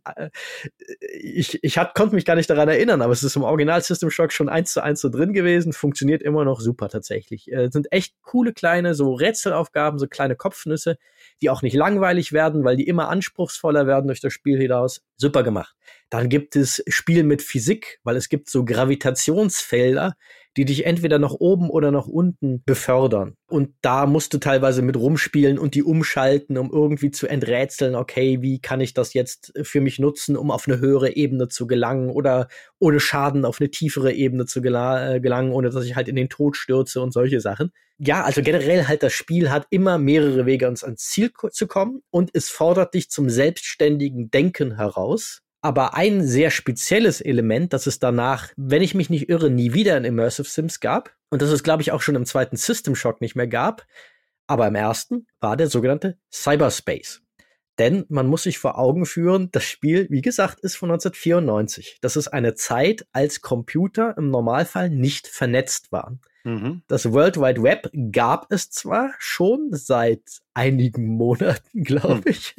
S1: konnte mich gar nicht daran erinnern, aber es ist im Original System Shock schon 1:1 so drin gewesen, funktioniert immer noch super tatsächlich. Sind echt coole kleine so Rätselaufgaben, so kleine Kopfnüsse, die auch nicht langweilig werden, weil die immer anspruchsvoller werden durch das Spiel hinaus. Super gemacht. Dann gibt es Spiel mit Physik, weil es gibt so Gravitationsfelder, die dich entweder nach oben oder nach unten befördern. Und da musst du teilweise mit rumspielen und die umschalten, um irgendwie zu enträtseln, okay, wie kann ich das jetzt für mich nutzen, um auf eine höhere Ebene zu gelangen oder ohne Schaden auf eine tiefere Ebene zu gelangen, ohne dass ich halt in den Tod stürze und solche Sachen. Ja, also generell halt das Spiel hat immer mehrere Wege, ans Ziel zu kommen und es fordert dich zum selbstständigen Denken heraus. Aber ein sehr spezielles Element, das es danach, wenn ich mich nicht irre, nie wieder in Immersive Sims gab und das es, glaube ich, auch schon im zweiten System Shock nicht mehr gab, aber im ersten war der sogenannte Cyberspace. Denn man muss sich vor Augen führen, das Spiel, wie gesagt, ist von 1994. Das ist eine Zeit, als Computer im Normalfall nicht vernetzt waren. Das World Wide Web gab es zwar schon seit einigen Monaten, glaube ich,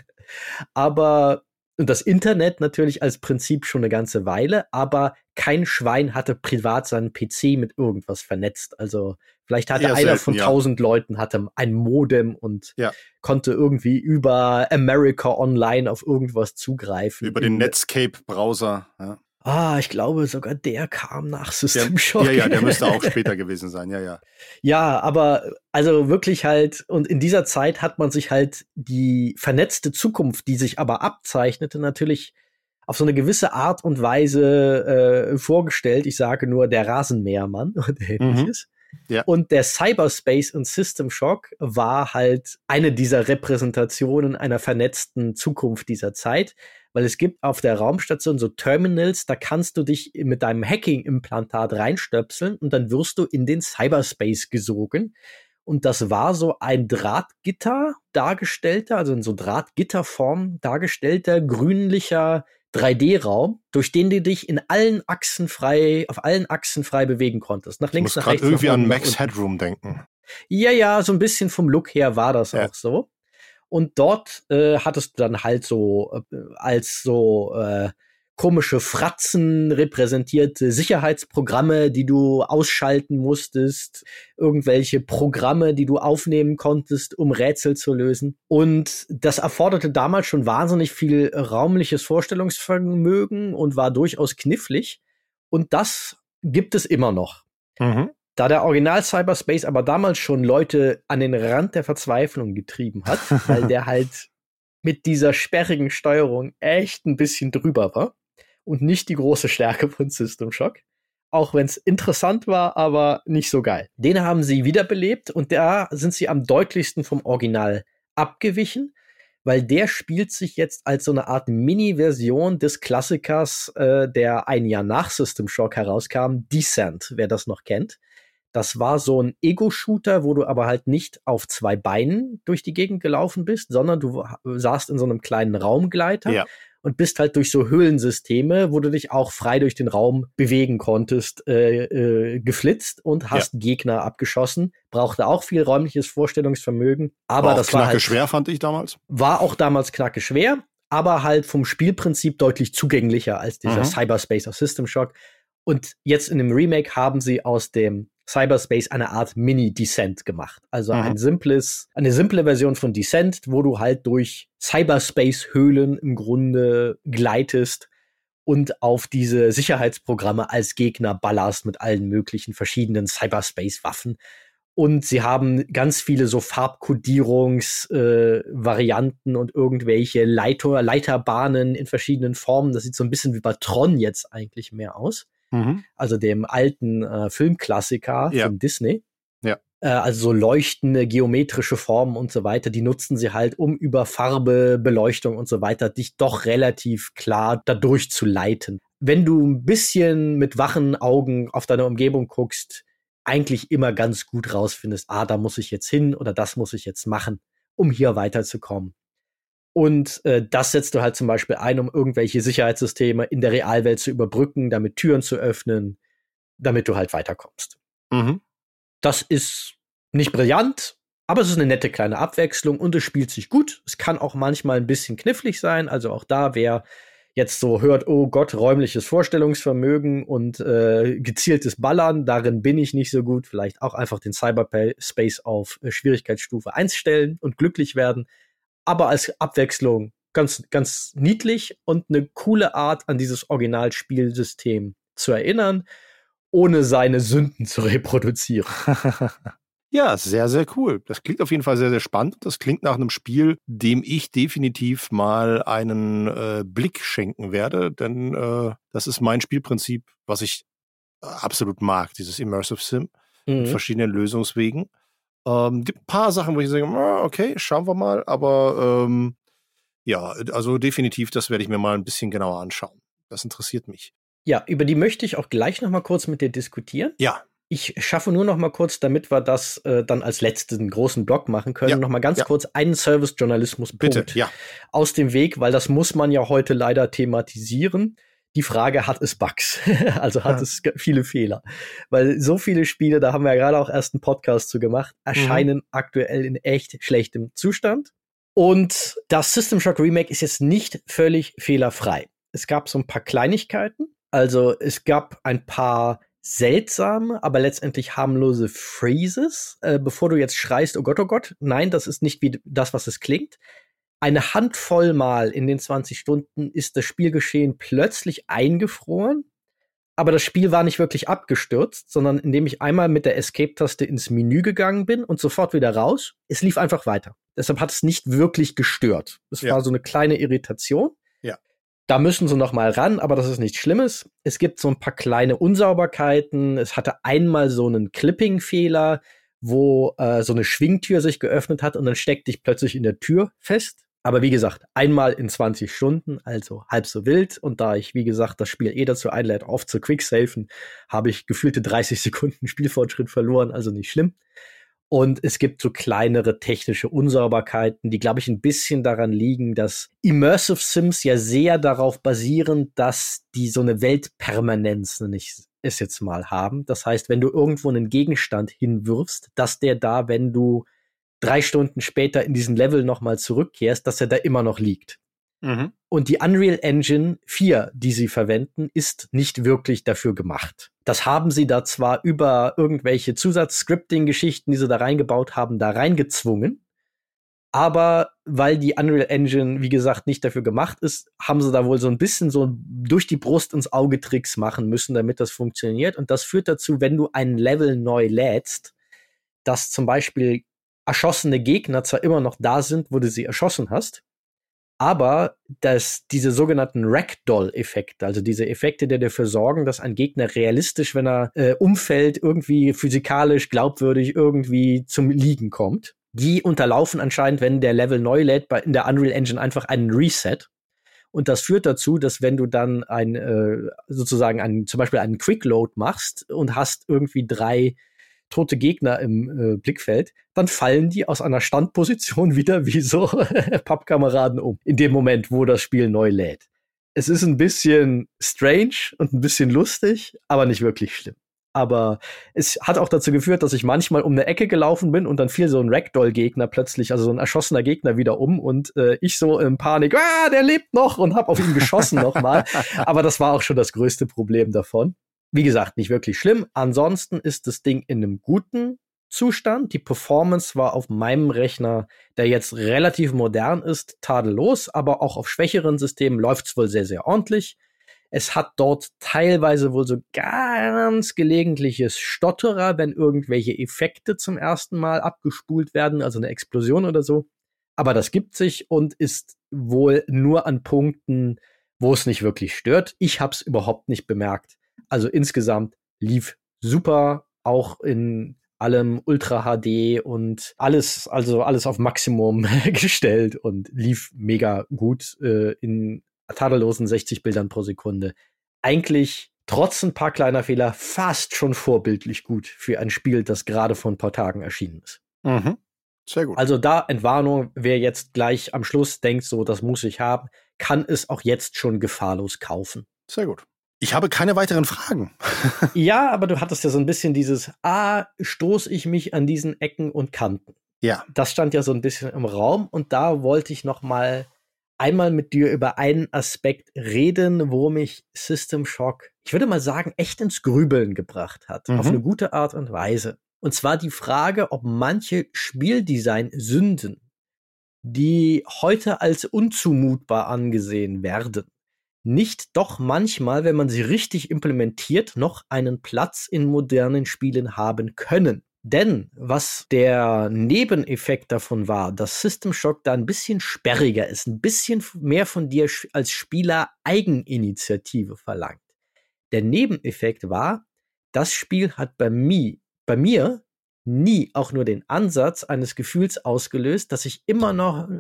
S1: aber und das Internet natürlich als Prinzip schon eine ganze Weile, aber kein Schwein hatte privat seinen PC mit irgendwas vernetzt. Also vielleicht hatte einer von 1000 Leuten hatte ein Modem und konnte irgendwie über America Online auf irgendwas zugreifen.
S2: Über den Netscape-Browser, ja.
S1: Ich glaube sogar der kam nach System Shock.
S2: Ja, der müsste auch später gewesen sein, ja.
S1: Ja, aber also wirklich halt, und in dieser Zeit hat man sich halt die vernetzte Zukunft, die sich aber abzeichnete, natürlich auf so eine gewisse Art und Weise vorgestellt. Ich sage nur der Rasenmähermann und ähnliches. Ja. Und der Cyberspace und System Shock war halt eine dieser Repräsentationen einer vernetzten Zukunft dieser Zeit. Weil es gibt auf der Raumstation so Terminals, da kannst du dich mit deinem Hacking-Implantat reinstöpseln und dann wirst du in den Cyberspace gesogen. Und das war so ein Drahtgitter dargestellter, also in so Drahtgitterform dargestellter, grünlicher 3D-Raum, durch den du dich auf allen Achsen frei bewegen konntest. Nach links, nach rechts.
S2: Ich muss gerade irgendwie an Max Headroom denken.
S1: Ja, so ein bisschen vom Look her war das auch so. Und dort hattest du dann halt so als so komische Fratzen repräsentierte Sicherheitsprogramme, die du ausschalten musstest, irgendwelche Programme, die du aufnehmen konntest, um Rätsel zu lösen. Und das erforderte damals schon wahnsinnig viel raumliches Vorstellungsvermögen und war durchaus knifflig. Und das gibt es immer noch. Da der Original Cyberspace aber damals schon Leute an den Rand der Verzweiflung getrieben hat, weil der halt mit dieser sperrigen Steuerung echt ein bisschen drüber war und nicht die große Stärke von System Shock. Auch wenn es interessant war, aber nicht so geil. Den haben sie wiederbelebt und da sind sie am deutlichsten vom Original abgewichen, weil der spielt sich jetzt als so eine Art Mini-Version des Klassikers, der ein Jahr nach System Shock herauskam, Descent, wer das noch kennt. Das war so ein Ego-Shooter, wo du aber halt nicht auf 2 Beinen durch die Gegend gelaufen bist, sondern du saßt in so einem kleinen Raumgleiter und bist halt durch so Höhlensysteme, wo du dich auch frei durch den Raum bewegen konntest, geflitzt und hast Gegner abgeschossen. Brauchte auch viel räumliches Vorstellungsvermögen. Aber das war halt
S2: schwer, fand ich damals.
S1: War auch damals knacke schwer, aber halt vom Spielprinzip deutlich zugänglicher als dieser Cyberspace aus System Shock. Und jetzt in dem Remake haben sie aus dem Cyberspace eine Art Mini-Descent gemacht. Also eine simple Version von Descent, wo du halt durch Cyberspace-Höhlen im Grunde gleitest und auf diese Sicherheitsprogramme als Gegner ballerst mit allen möglichen verschiedenen Cyberspace-Waffen. Und sie haben ganz viele so Farbkodierungs-Varianten und irgendwelche Leiterbahnen in verschiedenen Formen. Das sieht so ein bisschen wie bei Tron jetzt eigentlich mehr aus. Also dem alten Filmklassiker von Disney. Also so leuchtende geometrische Formen und so weiter, die nutzen sie halt, um über Farbe, Beleuchtung und so weiter dich doch relativ klar dadurch zu leiten. Wenn du ein bisschen mit wachen Augen auf deine Umgebung guckst, eigentlich immer ganz gut rausfindest, da muss ich jetzt hin oder das muss ich jetzt machen, um hier weiterzukommen. Und das setzt du halt zum Beispiel ein, um irgendwelche Sicherheitssysteme in der Realwelt zu überbrücken, damit Türen zu öffnen, damit du halt weiterkommst. Das ist nicht brillant, aber es ist eine nette kleine Abwechslung und es spielt sich gut. Es kann auch manchmal ein bisschen knifflig sein, also auch da, wer jetzt so hört, oh Gott, räumliches Vorstellungsvermögen und gezieltes Ballern, darin bin ich nicht so gut, vielleicht auch einfach den Cyberspace auf Schwierigkeitsstufe 1 stellen und glücklich werden. Aber als Abwechslung ganz, ganz niedlich und eine coole Art, an dieses Originalspielsystem zu erinnern, ohne seine Sünden zu reproduzieren.
S2: Ja, sehr, sehr cool. Das klingt auf jeden Fall sehr, sehr spannend. Das klingt nach einem Spiel, dem ich definitiv mal einen Blick schenken werde, denn das ist mein Spielprinzip, was ich absolut mag, dieses Immersive Sim mit verschiedenen Lösungswegen. Gibt ein paar Sachen, wo ich sage, okay, schauen wir mal, aber also definitiv, das werde ich mir mal ein bisschen genauer anschauen. Das interessiert mich.
S1: Ja, über die möchte ich auch gleich noch mal kurz mit dir diskutieren.
S2: Ja.
S1: Ich schaffe nur noch mal kurz, damit wir das dann als letzten großen Block machen können, noch mal ganz kurz einen Service-Journalismus-Punkt aus dem Weg, weil das muss man ja heute leider thematisieren. Die Frage, hat es Bugs? Also hat es viele Fehler? Weil so viele Spiele, da haben wir ja gerade auch erst einen Podcast zu gemacht, erscheinen aktuell in echt schlechtem Zustand. Und das System Shock Remake ist jetzt nicht völlig fehlerfrei. Es gab so ein paar Kleinigkeiten. Also es gab ein paar seltsame, aber letztendlich harmlose Phrases, bevor du jetzt schreist, oh Gott, nein, das ist nicht wie das, was es klingt. Eine Handvoll Mal in den 20 Stunden ist das Spielgeschehen plötzlich eingefroren, aber das Spiel war nicht wirklich abgestürzt, sondern indem ich einmal mit der Escape-Taste ins Menü gegangen bin und sofort wieder raus, es lief einfach weiter. Deshalb hat es nicht wirklich gestört. Es war so eine kleine Irritation. Da müssen sie noch mal ran, aber das ist nichts Schlimmes. Es gibt so ein paar kleine Unsauberkeiten. Es hatte einmal so einen Clipping-Fehler, wo so eine Schwingtür sich geöffnet hat und dann steckte ich plötzlich in der Tür fest. Aber wie gesagt, einmal in 20 Stunden, also halb so wild. Und da ich, wie gesagt, das Spiel dazu einlädt, auf zu quicksafen, habe ich gefühlte 30 Sekunden Spielfortschritt verloren, also nicht schlimm. Und es gibt so kleinere technische Unsauberkeiten, die, glaube ich, ein bisschen daran liegen, dass Immersive Sims ja sehr darauf basieren, dass die so eine Weltpermanenz, nenne ich es jetzt mal, haben. Das heißt, wenn du irgendwo einen Gegenstand hinwirfst, dass der da, wenn du 3 Stunden später in diesen Level nochmal zurückkehrst, dass er da immer noch liegt. Und die Unreal Engine 4, die sie verwenden, ist nicht wirklich dafür gemacht. Das haben sie da zwar über irgendwelche Zusatz-Scripting-Geschichten, die sie da reingebaut haben, da reingezwungen, aber weil die Unreal Engine, wie gesagt, nicht dafür gemacht ist, haben sie da wohl so ein bisschen so durch die Brust ins Auge Tricks machen müssen, damit das funktioniert. Und das führt dazu, wenn du einen Level neu lädst, dass zum Beispiel erschossene Gegner zwar immer noch da sind, wo du sie erschossen hast, aber dass diese sogenannten Ragdoll-Effekte, also diese Effekte, die dafür sorgen, dass ein Gegner realistisch, wenn er umfällt, irgendwie physikalisch glaubwürdig irgendwie zum Liegen kommt, die unterlaufen anscheinend, wenn der Level neu lädt, in der Unreal Engine einfach einen Reset. Und das führt dazu, dass wenn du dann zum Beispiel einen Quick-Load machst und hast irgendwie 3 tote Gegner im Blickfeld, dann fallen die aus einer Standposition wieder wie so Pappkameraden um. In dem Moment, wo das Spiel neu lädt. Es ist ein bisschen strange und ein bisschen lustig, aber nicht wirklich schlimm. Aber es hat auch dazu geführt, dass ich manchmal um eine Ecke gelaufen bin und dann fiel so ein Ragdoll-Gegner plötzlich, also so ein erschossener Gegner wieder um und ich so in Panik, der lebt noch und hab auf ihn geschossen nochmal. Aber das war auch schon das größte Problem davon. Wie gesagt, nicht wirklich schlimm. Ansonsten ist das Ding in einem guten Zustand. Die Performance war auf meinem Rechner, der jetzt relativ modern ist, tadellos, aber auch auf schwächeren Systemen läuft's wohl sehr, sehr ordentlich. Es hat dort teilweise wohl so ganz gelegentliches Stotterer, wenn irgendwelche Effekte zum ersten Mal abgespult werden, also eine Explosion oder so. Aber das gibt sich und ist wohl nur an Punkten, wo es nicht wirklich stört. Ich hab's überhaupt nicht bemerkt. Also insgesamt lief super, auch in allem Ultra HD und alles auf Maximum gestellt und lief mega gut in tadellosen 60 Bildern pro Sekunde. Eigentlich trotz ein paar kleiner Fehler fast schon vorbildlich gut für ein Spiel, das gerade vor ein paar Tagen erschienen ist.
S2: Mhm. Sehr gut.
S1: Also da Entwarnung, wer jetzt gleich am Schluss denkt, so das muss ich haben, kann es auch jetzt schon gefahrlos kaufen.
S2: Sehr gut. Ich habe keine weiteren Fragen.
S1: Ja, aber du hattest ja so ein bisschen dieses, stoße ich mich an diesen Ecken und Kanten.
S2: Ja.
S1: Das stand ja so ein bisschen im Raum und da wollte ich noch mal einmal mit dir über einen Aspekt reden, wo mich System Shock, ich würde mal sagen, echt ins Grübeln gebracht hat. Auf eine gute Art und Weise. Und zwar die Frage, ob manche Spieldesign-Sünden, die heute als unzumutbar angesehen werden, nicht doch manchmal, wenn man sie richtig implementiert, noch einen Platz in modernen Spielen haben können. Denn was der Nebeneffekt davon war, dass System Shock da ein bisschen sperriger ist, ein bisschen mehr von dir als Spieler Eigeninitiative verlangt. Der Nebeneffekt war, das Spiel hat bei mir nie auch nur den Ansatz eines Gefühls ausgelöst, dass ich immer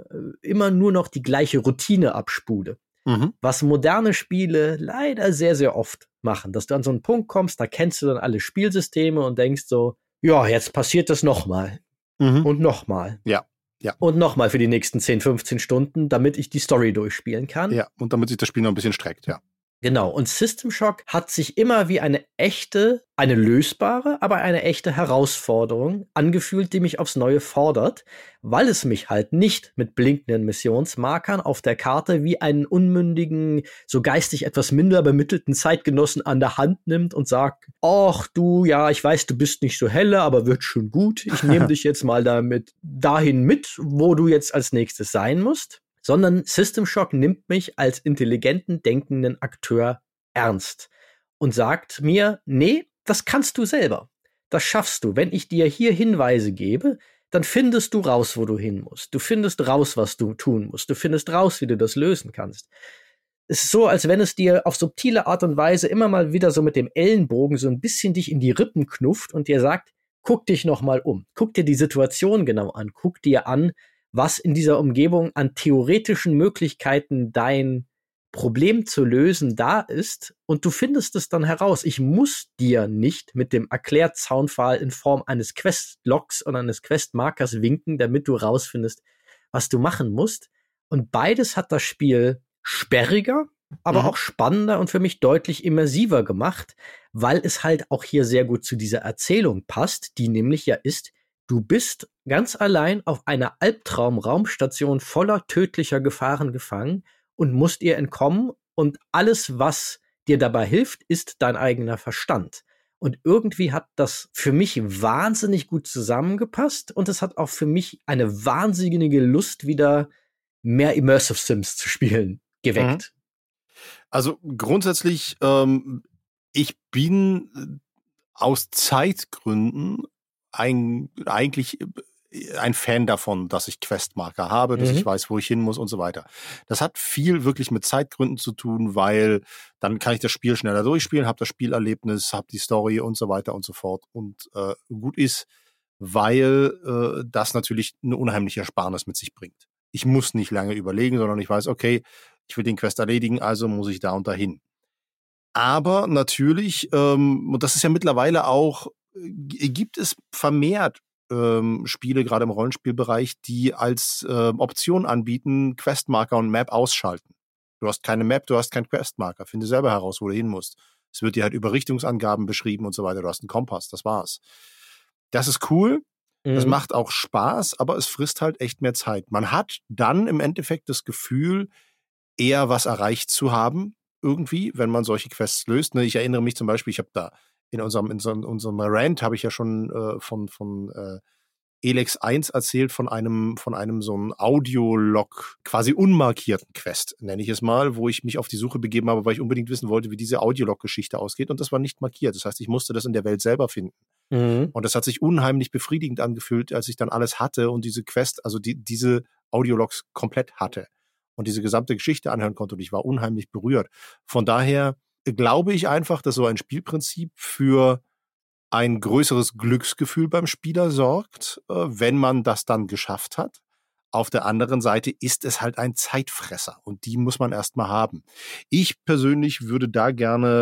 S1: nur noch die gleiche Routine abspule. Was moderne Spiele leider sehr, sehr oft machen, dass du an so einen Punkt kommst, da kennst du dann alle Spielsysteme und denkst so, ja, jetzt passiert das nochmal. Und nochmal.
S2: Ja.
S1: Und nochmal für die nächsten 10, 15 Stunden, damit ich die Story durchspielen kann.
S2: Ja, und damit sich das Spiel noch ein bisschen streckt, ja.
S1: Genau, und System Shock hat sich immer wie eine lösbare, aber eine echte Herausforderung angefühlt, die mich aufs Neue fordert, weil es mich halt nicht mit blinkenden Missionsmarkern auf der Karte wie einen unmündigen, so geistig etwas minder bemittelten Zeitgenossen an der Hand nimmt und sagt, ach du, ja, ich weiß, du bist nicht so helle, aber wird schon gut, ich nehme dich jetzt mal dahin mit, wo du jetzt als nächstes sein musst. Sondern System Shock nimmt mich als intelligenten, denkenden Akteur ernst und sagt mir, nee, das kannst du selber. Das schaffst du. Wenn ich dir hier Hinweise gebe, dann findest du raus, wo du hin musst. Du findest raus, was du tun musst. Du findest raus, wie du das lösen kannst. Es ist so, als wenn es dir auf subtile Art und Weise immer mal wieder so mit dem Ellenbogen so ein bisschen dich in die Rippen knufft und dir sagt, guck dich noch mal um. Guck dir die Situation genau an. Guck dir an, was in dieser Umgebung an theoretischen Möglichkeiten dein Problem zu lösen da ist und du findest es dann heraus. Ich muss dir nicht mit dem Erklärzaunpfahl in Form eines Quest-Logs oder eines Quest-Markers winken, damit du rausfindest, was du machen musst. Und beides hat das Spiel sperriger, aber auch spannender und für mich deutlich immersiver gemacht, weil es halt auch hier sehr gut zu dieser Erzählung passt, die nämlich ja ist, du bist ganz allein auf einer Albtraum-Raumstation voller tödlicher Gefahren gefangen und musst ihr entkommen und alles, was dir dabei hilft, ist dein eigener Verstand. Und irgendwie hat das für mich wahnsinnig gut zusammengepasst und es hat auch für mich eine wahnsinnige Lust, wieder mehr Immersive Sims zu spielen, geweckt.
S2: Also grundsätzlich, ich bin aus Zeitgründen eigentlich ein Fan davon, dass ich Questmarker habe, dass ich weiß, wo ich hin muss und so weiter. Das hat viel wirklich mit Zeitgründen zu tun, weil dann kann ich das Spiel schneller durchspielen, habe das Spielerlebnis, habe die Story und so weiter und so fort und gut ist. weil das natürlich eine unheimliche Ersparnis mit sich bringt. Ich muss nicht lange überlegen, sondern ich weiß, okay, ich will den Quest erledigen, also muss ich da und dahin. Aber natürlich, und das ist ja mittlerweile auch, gibt es vermehrt Spiele, gerade im Rollenspielbereich, die als Option anbieten, Questmarker und Map ausschalten. Du hast keine Map, du hast keinen Questmarker. Finde selber heraus, wo du hin musst. Es wird dir halt über Richtungsangaben beschrieben und so weiter. Du hast einen Kompass, das war's. Das ist cool. Das macht auch Spaß, aber es frisst halt echt mehr Zeit. Man hat dann im Endeffekt das Gefühl, eher was erreicht zu haben, irgendwie, wenn man solche Quests löst. Ne, ich erinnere mich zum Beispiel, ich habe da in unserem Rant habe ich ja schon von Elex 1 erzählt, von einem so einem Audiolog, quasi unmarkierten Quest, nenne ich es mal, wo ich mich auf die Suche begeben habe, weil ich unbedingt wissen wollte, wie diese Audiolog-Geschichte ausgeht. Und das war nicht markiert. Das heißt, ich musste das in der Welt selber finden. Und das hat sich unheimlich befriedigend angefühlt, als ich dann alles hatte und diese Quest, also diese Audiologs komplett hatte und diese gesamte Geschichte anhören konnte. Und ich war unheimlich berührt. Von daher glaube ich einfach, dass so ein Spielprinzip für ein größeres Glücksgefühl beim Spieler sorgt, wenn man das dann geschafft hat. Auf der anderen Seite ist es halt ein Zeitfresser und die muss man erstmal haben. Ich persönlich würde da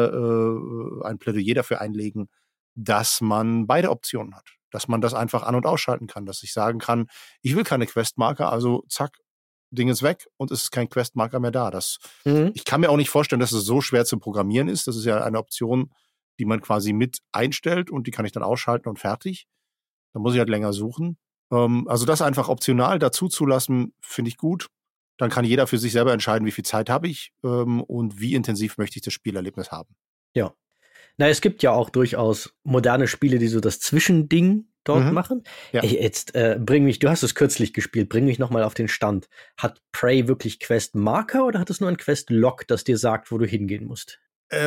S2: gerne ein Plädoyer dafür einlegen, dass man beide Optionen hat. Dass man das einfach an- und ausschalten kann. Dass ich sagen kann, ich will keine Questmarker, also zack, Ding ist weg und es ist kein Questmarker mehr da. Ich kann mir auch nicht vorstellen, dass es so schwer zu programmieren ist. Das ist ja eine Option, die man quasi mit einstellt und die kann ich dann ausschalten und fertig. Da muss ich halt länger suchen. Also das einfach optional dazu zu lassen, finde ich gut. Dann kann jeder für sich selber entscheiden, wie viel Zeit habe ich und wie intensiv möchte ich das Spielerlebnis haben.
S1: Ja. Na, es gibt ja auch durchaus moderne Spiele, die so das Zwischending dort machen.
S2: Ja.
S1: Jetzt du hast es kürzlich gespielt, bring mich nochmal auf den Stand. Hat Prey wirklich Quest-Marker oder hat es nur ein Quest-Log, das dir sagt, wo du hingehen musst?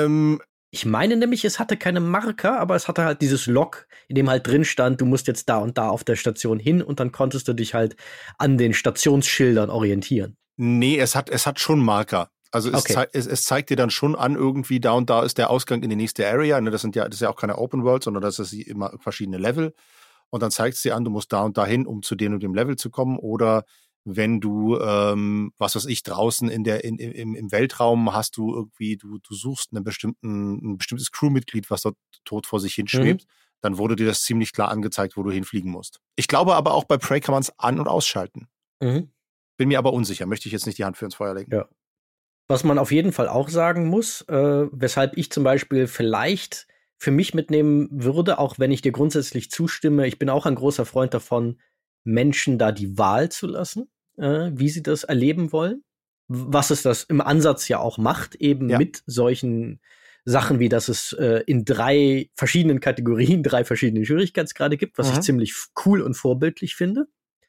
S1: Ich meine nämlich, es hatte keine Marker, aber es hatte halt dieses Log, in dem halt drin stand, du musst jetzt da und da auf der Station hin und dann konntest du dich halt an den Stationsschildern orientieren.
S2: Nee, es hat schon Marker. Also es zeigt dir dann schon an, irgendwie da und da ist der Ausgang in die nächste Area. Ne, das ist ja auch keine Open World, sondern das ist immer verschiedene Level. Und dann zeigt es dir an, du musst da und da hin, um zu dem und dem Level zu kommen. Oder wenn du, was weiß ich, draußen im Weltraum hast du irgendwie, du suchst ein bestimmtes Crewmitglied, was dort tot vor sich hinschwebt, dann wurde dir das ziemlich klar angezeigt, wo du hinfliegen musst. Ich glaube aber auch bei Prey kann man es an- und ausschalten. Bin mir aber unsicher, möchte ich jetzt nicht die Hand für ins Feuer legen.
S1: Ja. Was man auf jeden Fall auch sagen muss, weshalb ich zum Beispiel vielleicht für mich mitnehmen würde, auch wenn ich dir grundsätzlich zustimme, ich bin auch ein großer Freund davon, Menschen da die Wahl zu lassen, wie sie das erleben wollen. Was es das im Ansatz ja auch macht, eben mit solchen Sachen, wie dass es in 3 verschiedenen Kategorien 3 verschiedene Schwierigkeitsgrade gibt, was ich ziemlich cool und vorbildlich finde.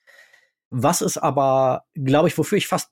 S1: Was es aber, glaube ich, wofür ich fast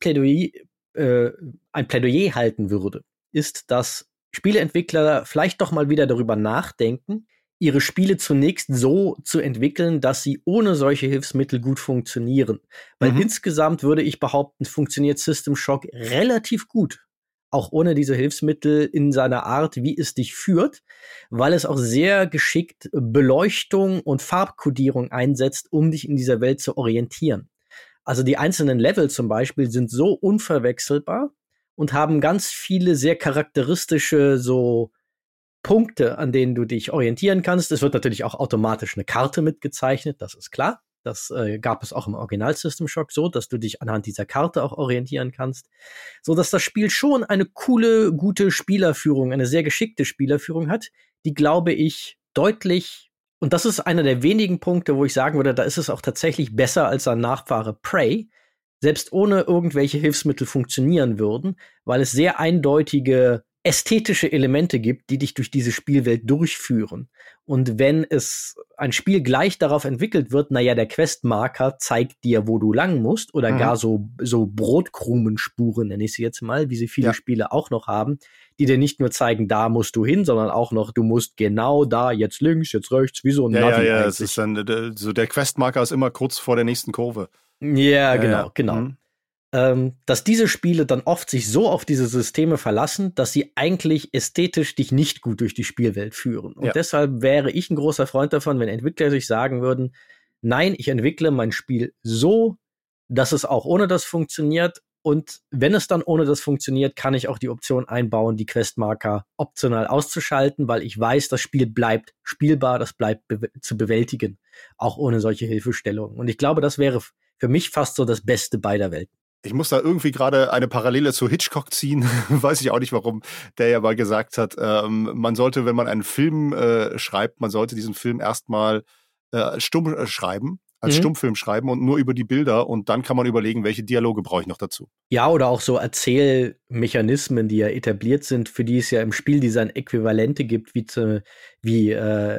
S1: ein Plädoyer halten würde, ist, dass Spieleentwickler vielleicht doch mal wieder darüber nachdenken, ihre Spiele zunächst so zu entwickeln, dass sie ohne solche Hilfsmittel gut funktionieren. Weil insgesamt würde ich behaupten, funktioniert System Shock relativ gut. Auch ohne diese Hilfsmittel in seiner Art, wie es dich führt, weil es auch sehr geschickt Beleuchtung und Farbkodierung einsetzt, um dich in dieser Welt zu orientieren. Also die einzelnen Level zum Beispiel sind so unverwechselbar und haben ganz viele sehr charakteristische so Punkte, an denen du dich orientieren kannst. Es wird natürlich auch automatisch eine Karte mitgezeichnet, das ist klar. Das gab es auch im Original System Shock so, dass du dich anhand dieser Karte auch orientieren kannst. So dass das Spiel schon eine coole, gute Spielerführung, eine sehr geschickte Spielerführung hat, die, glaube ich, deutlich. Und das ist einer der wenigen Punkte, wo ich sagen würde, da ist es auch tatsächlich besser als sein Nachfahre Prey, selbst ohne irgendwelche Hilfsmittel funktionieren würden, weil es sehr eindeutige ästhetische Elemente gibt, die dich durch diese Spielwelt durchführen. Und wenn es ein Spiel gleich darauf entwickelt wird, naja, der Questmarker zeigt dir, wo du lang musst, oder gar so Brotkrummenspuren, nenne ich sie jetzt mal, wie sie viele Spiele auch noch haben, die dir nicht nur zeigen, da musst du hin, sondern auch noch, du musst genau da, jetzt links, jetzt rechts, wie so ein Navi.
S2: Ja, es ist dann, so der Questmarker ist immer kurz vor der nächsten Kurve.
S1: Ja, genau. Dass diese Spiele dann oft sich so auf diese Systeme verlassen, dass sie eigentlich ästhetisch dich nicht gut durch die Spielwelt führen. Und deshalb wäre ich ein großer Freund davon, wenn Entwickler sich sagen würden, nein, ich entwickle mein Spiel so, dass es auch ohne das funktioniert. Und wenn es dann ohne das funktioniert, kann ich auch die Option einbauen, die Questmarker optional auszuschalten, weil ich weiß, das Spiel bleibt spielbar, das bleibt zu bewältigen, auch ohne solche Hilfestellungen. Und ich glaube, das wäre für mich fast so das Beste beider Welten.
S2: Ich muss da irgendwie gerade eine Parallele zu Hitchcock ziehen, weiß ich auch nicht warum, der ja mal gesagt hat, man sollte, wenn man einen Film schreibt, man sollte diesen Film erstmal stumm schreiben, als Stummfilm schreiben und nur über die Bilder und dann kann man überlegen, welche Dialoge brauche ich noch dazu.
S1: Ja, oder auch so Erzählmechanismen, die ja etabliert sind, für die es ja im Spieldesign Äquivalente gibt, wie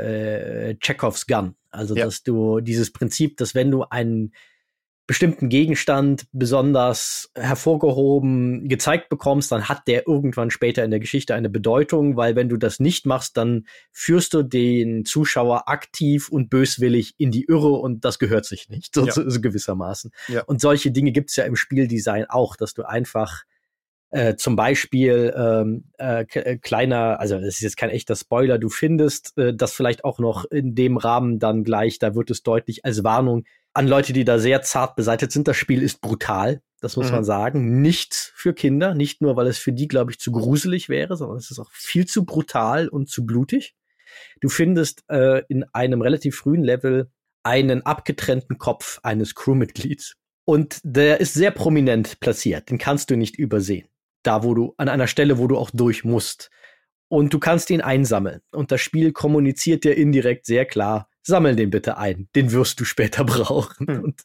S1: Chekhovs Gun. Also, dass du dieses Prinzip, dass wenn du einen bestimmten Gegenstand besonders hervorgehoben gezeigt bekommst, dann hat der irgendwann später in der Geschichte eine Bedeutung, weil wenn du das nicht machst, dann führst du den Zuschauer aktiv und böswillig in die Irre und das gehört sich nicht, so gewissermaßen. Ja. Und solche Dinge gibt's ja im Spieldesign auch, dass du einfach zum Beispiel kleiner, also das ist jetzt kein echter Spoiler, du findest das vielleicht auch noch in dem Rahmen dann gleich, da wird es deutlich als Warnung an Leute, die da sehr zart beseitigt sind. Das Spiel ist brutal, das muss man sagen. Nichts für Kinder, nicht nur, weil es für die, glaube ich, zu gruselig wäre, sondern es ist auch viel zu brutal und zu blutig. Du findest in einem relativ frühen Level einen abgetrennten Kopf eines Crewmitglieds. Und der ist sehr prominent platziert, den kannst du nicht übersehen. Da, wo du, an einer Stelle, wo du auch durch musst. Und du kannst ihn einsammeln. Und das Spiel kommuniziert dir indirekt sehr klar, sammel den bitte ein, den wirst du später brauchen. Und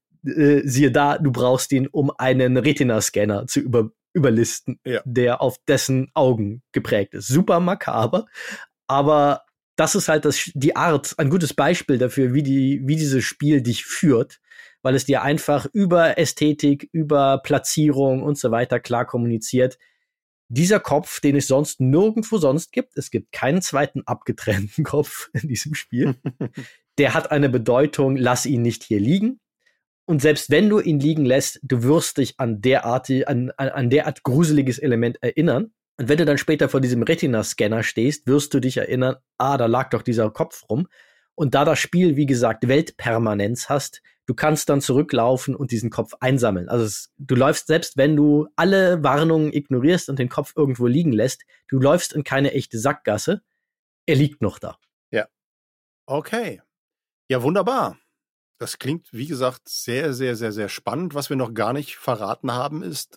S1: siehe da, du brauchst ihn, um einen Retina-Scanner zu überlisten, der auf dessen Augen geprägt ist. Super makaber, aber das ist halt die Art, ein gutes Beispiel dafür, wie dieses Spiel dich führt, weil es dir einfach über Ästhetik, über Platzierung und so weiter klar kommuniziert. Dieser Kopf, den es sonst nirgendwo sonst gibt, es gibt keinen zweiten abgetrennten Kopf in diesem Spiel, der hat eine Bedeutung, lass ihn nicht hier liegen. Und selbst wenn du ihn liegen lässt, du wirst dich an derart gruseliges Element erinnern. Und wenn du dann später vor diesem Retina-Scanner stehst, wirst du dich erinnern, da lag doch dieser Kopf rum. Und da das Spiel, wie gesagt, Weltpermanenz hast, du kannst dann zurücklaufen und diesen Kopf einsammeln. Also du läufst, selbst wenn du alle Warnungen ignorierst und den Kopf irgendwo liegen lässt, du läufst in keine echte Sackgasse. Er liegt noch da.
S2: Ja. Okay. Ja, wunderbar. Das klingt, wie gesagt, sehr, sehr, sehr, sehr spannend. Was wir noch gar nicht verraten haben, ist,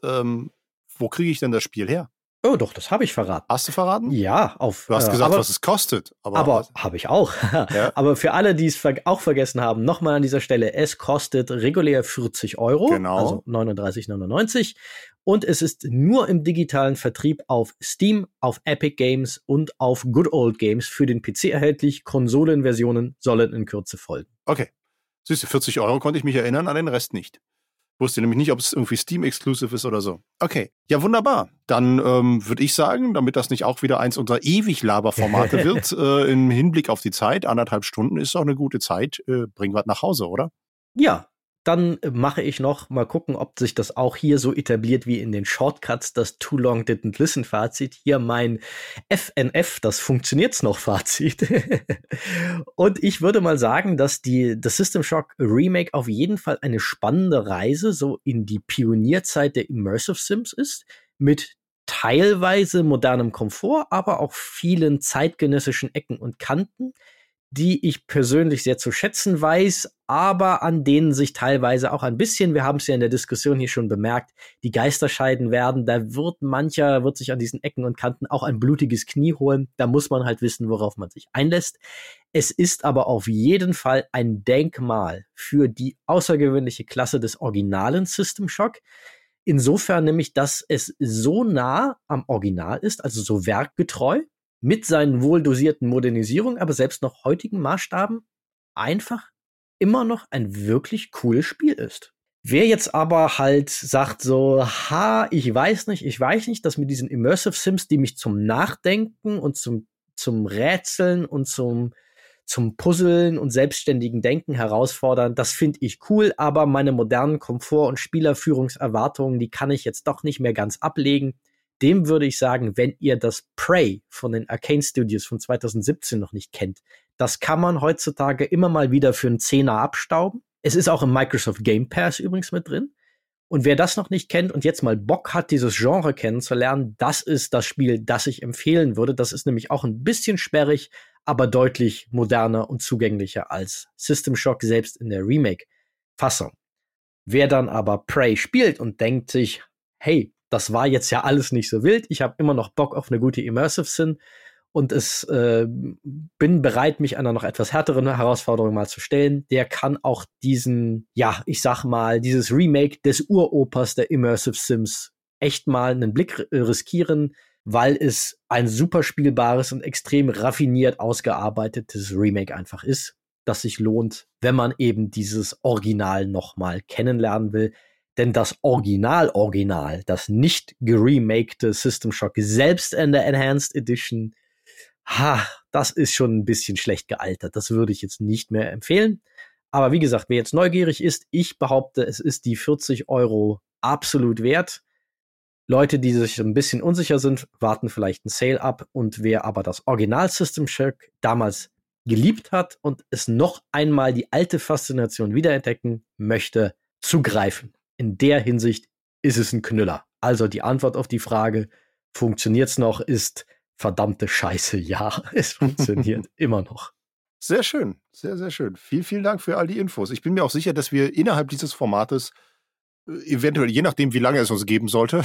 S2: wo kriege ich denn das Spiel her?
S1: Oh, doch, das habe ich verraten.
S2: Hast du verraten?
S1: Ja,
S2: Du hast gesagt, was es kostet.
S1: Aber habe ich auch. Ja. Aber für alle, die es auch vergessen haben, nochmal an dieser Stelle, es kostet regulär 40 €,
S2: genau.
S1: Also 39,99 €. Und es ist nur im digitalen Vertrieb auf Steam, auf Epic Games und auf Good Old Games für den PC erhältlich. Konsolenversionen sollen in Kürze folgen.
S2: Okay. Siehst du, 40 € konnte ich mich erinnern, an den Rest nicht. Wusste nämlich nicht, ob es irgendwie Steam-exclusive ist oder so. Okay, ja wunderbar. Dann würde ich sagen, damit das nicht auch wieder eins unserer ewig Laberformate wird, im Hinblick auf die Zeit, 1,5 Stunden ist doch eine gute Zeit. Bringen wir nach Hause, oder?
S1: Ja, dann mache ich noch mal gucken, ob sich das auch hier so etabliert wie in den Shortcuts, das Too Long Didn't Listen Fazit. Hier mein FNF, das funktioniert's noch Fazit. Und ich würde mal sagen, dass das System Shock Remake auf jeden Fall eine spannende Reise so in die Pionierzeit der Immersive Sims ist, mit teilweise modernem Komfort, aber auch vielen zeitgenössischen Ecken und Kanten, die ich persönlich sehr zu schätzen weiß, aber an denen sich teilweise auch ein bisschen, wir haben es ja in der Diskussion hier schon bemerkt, die Geister scheiden werden. Da wird sich an diesen Ecken und Kanten auch ein blutiges Knie holen. Da muss man halt wissen, worauf man sich einlässt. Es ist aber auf jeden Fall ein Denkmal für die außergewöhnliche Klasse des originalen System Shock. Insofern nämlich, dass es so nah am Original ist, also so werkgetreu, mit seinen wohldosierten Modernisierungen, aber selbst nach heutigen Maßstaben einfach immer noch ein wirklich cooles Spiel ist. Wer jetzt aber halt sagt so, ich weiß nicht, dass mit diesen Immersive Sims, die mich zum Nachdenken und zum Rätseln und zum Puzzeln und selbstständigen Denken herausfordern, das finde ich cool, aber meine modernen Komfort- und Spielerführungserwartungen, die kann ich jetzt doch nicht mehr ganz ablegen. dem würde ich sagen, wenn ihr das Prey von den Arcane Studios von 2017 noch nicht kennt, das kann man heutzutage immer mal wieder für einen Zehner abstauben. Es ist auch im Microsoft Game Pass übrigens mit drin. Und wer das noch nicht kennt und jetzt mal Bock hat, dieses Genre kennenzulernen, das ist das Spiel, das ich empfehlen würde. Das ist nämlich auch ein bisschen sperrig, aber deutlich moderner und zugänglicher als System Shock, selbst in der Remake-Fassung. Wer dann aber Prey spielt und denkt sich, hey, das war jetzt ja alles nicht so wild, ich habe immer noch Bock auf eine gute Immersive Sim und bin bereit, mich einer noch etwas härteren Herausforderung mal zu stellen, der kann auch diesen, ja, ich sag mal, dieses Remake des Uropers der Immersive Sims echt mal einen Blick riskieren, weil es ein super spielbares und extrem raffiniert ausgearbeitetes Remake einfach ist, das sich lohnt, wenn man eben dieses Original nochmal kennenlernen will. Denn das Original, das nicht geremakte System Shock, selbst in der Enhanced Edition, das ist schon ein bisschen schlecht gealtert. Das würde ich jetzt nicht mehr empfehlen. Aber wie gesagt, wer jetzt neugierig ist, ich behaupte, es ist die 40 € absolut wert. Leute, die sich ein bisschen unsicher sind, warten vielleicht einen Sale ab. Und wer aber das Original System Shock damals geliebt hat und es noch einmal die alte Faszination wiederentdecken möchte, zugreifen. In der Hinsicht ist es ein Knüller. Also die Antwort auf die Frage, funktioniert's noch, ist verdammte Scheiße, ja, es funktioniert immer noch.
S2: Sehr schön, sehr, sehr schön. Vielen Dank für all die Infos. Ich bin mir auch sicher, dass wir innerhalb dieses Formates eventuell, je nachdem, wie lange es uns geben sollte,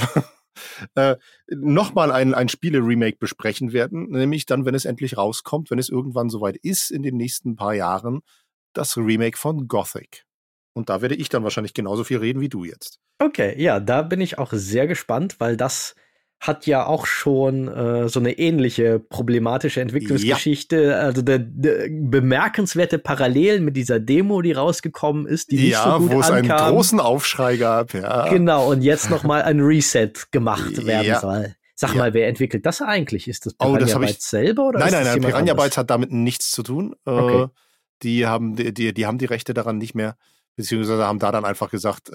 S2: nochmal ein Spiele-Remake besprechen werden, nämlich dann, wenn es endlich rauskommt, wenn es irgendwann soweit ist, in den nächsten paar Jahren, das Remake von Gothic. Und da werde ich dann wahrscheinlich genauso viel reden wie du jetzt.
S1: Okay, ja, da bin ich auch sehr gespannt, weil das hat ja auch schon so eine ähnliche problematische Entwicklungsgeschichte. Ja. Also der bemerkenswerte Parallelen mit dieser Demo, die rausgekommen ist, die nicht so gut ankam. Ja, wo es einen
S2: großen Aufschrei gab. Ja.
S1: Genau, und jetzt noch mal ein Reset gemacht werden soll. Sag mal, wer entwickelt das eigentlich? Ist das Piranha Bytes selber? Oder
S2: nein, Piranha Bytes hat damit nichts zu tun. Okay. Die haben die Rechte daran nicht mehr, beziehungsweise haben da dann einfach gesagt,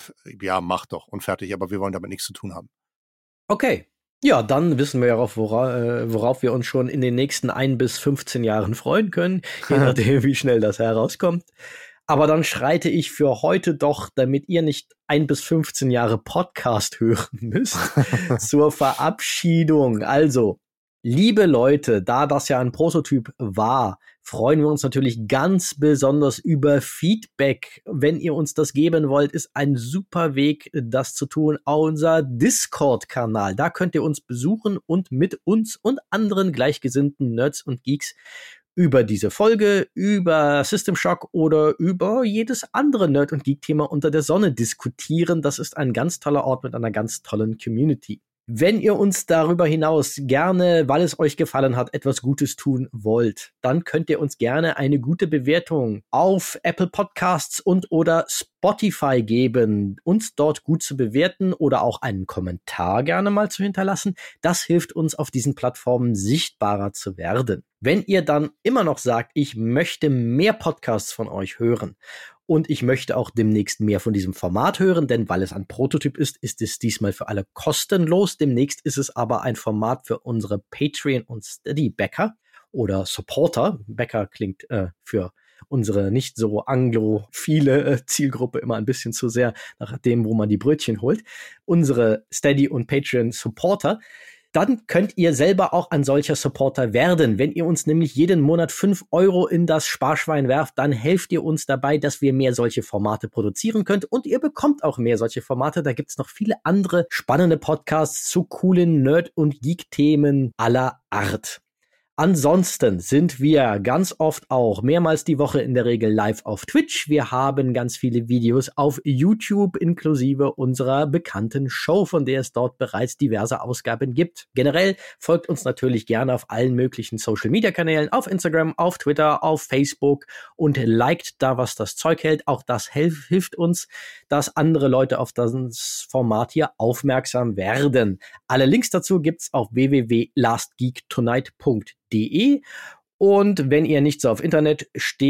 S2: ja, mach doch und fertig, aber wir wollen damit nichts zu tun haben.
S1: Okay. Ja, dann wissen wir ja auch, worauf wir uns schon in den nächsten 1 bis 15 Jahren freuen können, je nachdem, wie schnell das herauskommt. Aber dann schreite ich für heute doch, damit ihr nicht 1 bis 15 Jahre Podcast hören müsst, zur Verabschiedung. Also, liebe Leute, da das ja ein Prototyp war, freuen wir uns natürlich ganz besonders über Feedback. Wenn ihr uns das geben wollt, ist ein super Weg, das zu tun, unser Discord-Kanal. Da könnt ihr uns besuchen und mit uns und anderen gleichgesinnten Nerds und Geeks über diese Folge, über System Shock oder über jedes andere Nerd- und Geek-Thema unter der Sonne diskutieren. Das ist ein ganz toller Ort mit einer ganz tollen Community. Wenn ihr uns darüber hinaus gerne, weil es euch gefallen hat, etwas Gutes tun wollt, dann könnt ihr uns gerne eine gute Bewertung auf Apple Podcasts und oder Spotify geben, uns dort gut zu bewerten oder auch einen Kommentar gerne mal zu hinterlassen. Das hilft uns, auf diesen Plattformen sichtbarer zu werden. Wenn ihr dann immer noch sagt, ich möchte mehr Podcasts von euch hören und ich möchte auch demnächst mehr von diesem Format hören, denn weil es ein Prototyp ist, ist es diesmal für alle kostenlos. Demnächst ist es aber ein Format für unsere Patreon- und Steady-Backer oder Supporter. Backer klingt für unsere nicht so anglophile Zielgruppe immer ein bisschen zu sehr nach dem, wo man die Brötchen holt. Unsere Steady- und Patreon-Supporter. Dann könnt ihr selber auch ein solcher Supporter werden. Wenn ihr uns nämlich jeden Monat 5 € in das Sparschwein werft, dann helft ihr uns dabei, dass wir mehr solche Formate produzieren könnt und ihr bekommt auch mehr solche Formate. Da gibt's noch viele andere spannende Podcasts zu coolen Nerd- und Geek-Themen aller Art. Ansonsten sind wir ganz oft auch mehrmals die Woche in der Regel live auf Twitch. Wir haben ganz viele Videos auf YouTube inklusive unserer bekannten Show, von der es dort bereits diverse Ausgaben gibt. Generell folgt uns natürlich gerne auf allen möglichen Social-Media-Kanälen, auf Instagram, auf Twitter, auf Facebook und liked da, was das Zeug hält. Auch das hilft uns, dass andere Leute auf das Format hier aufmerksam werden. Alle Links dazu gibt's auf www.lastgeektonight.de. Und wenn ihr nicht so auf Internet steht,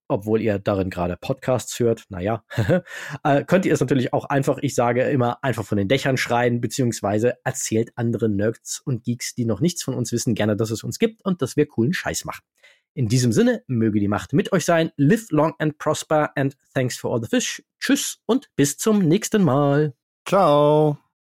S1: obwohl ihr darin gerade Podcasts hört, naja, könnt ihr es natürlich auch einfach, ich sage immer, einfach von den Dächern schreien, beziehungsweise erzählt anderen Nerds und Geeks, die noch nichts von uns wissen, gerne, dass es uns gibt und dass wir coolen Scheiß machen. In diesem Sinne, möge die Macht mit euch sein. Live long and prosper and thanks for all the fish. Tschüss und bis zum nächsten Mal.
S2: Ciao.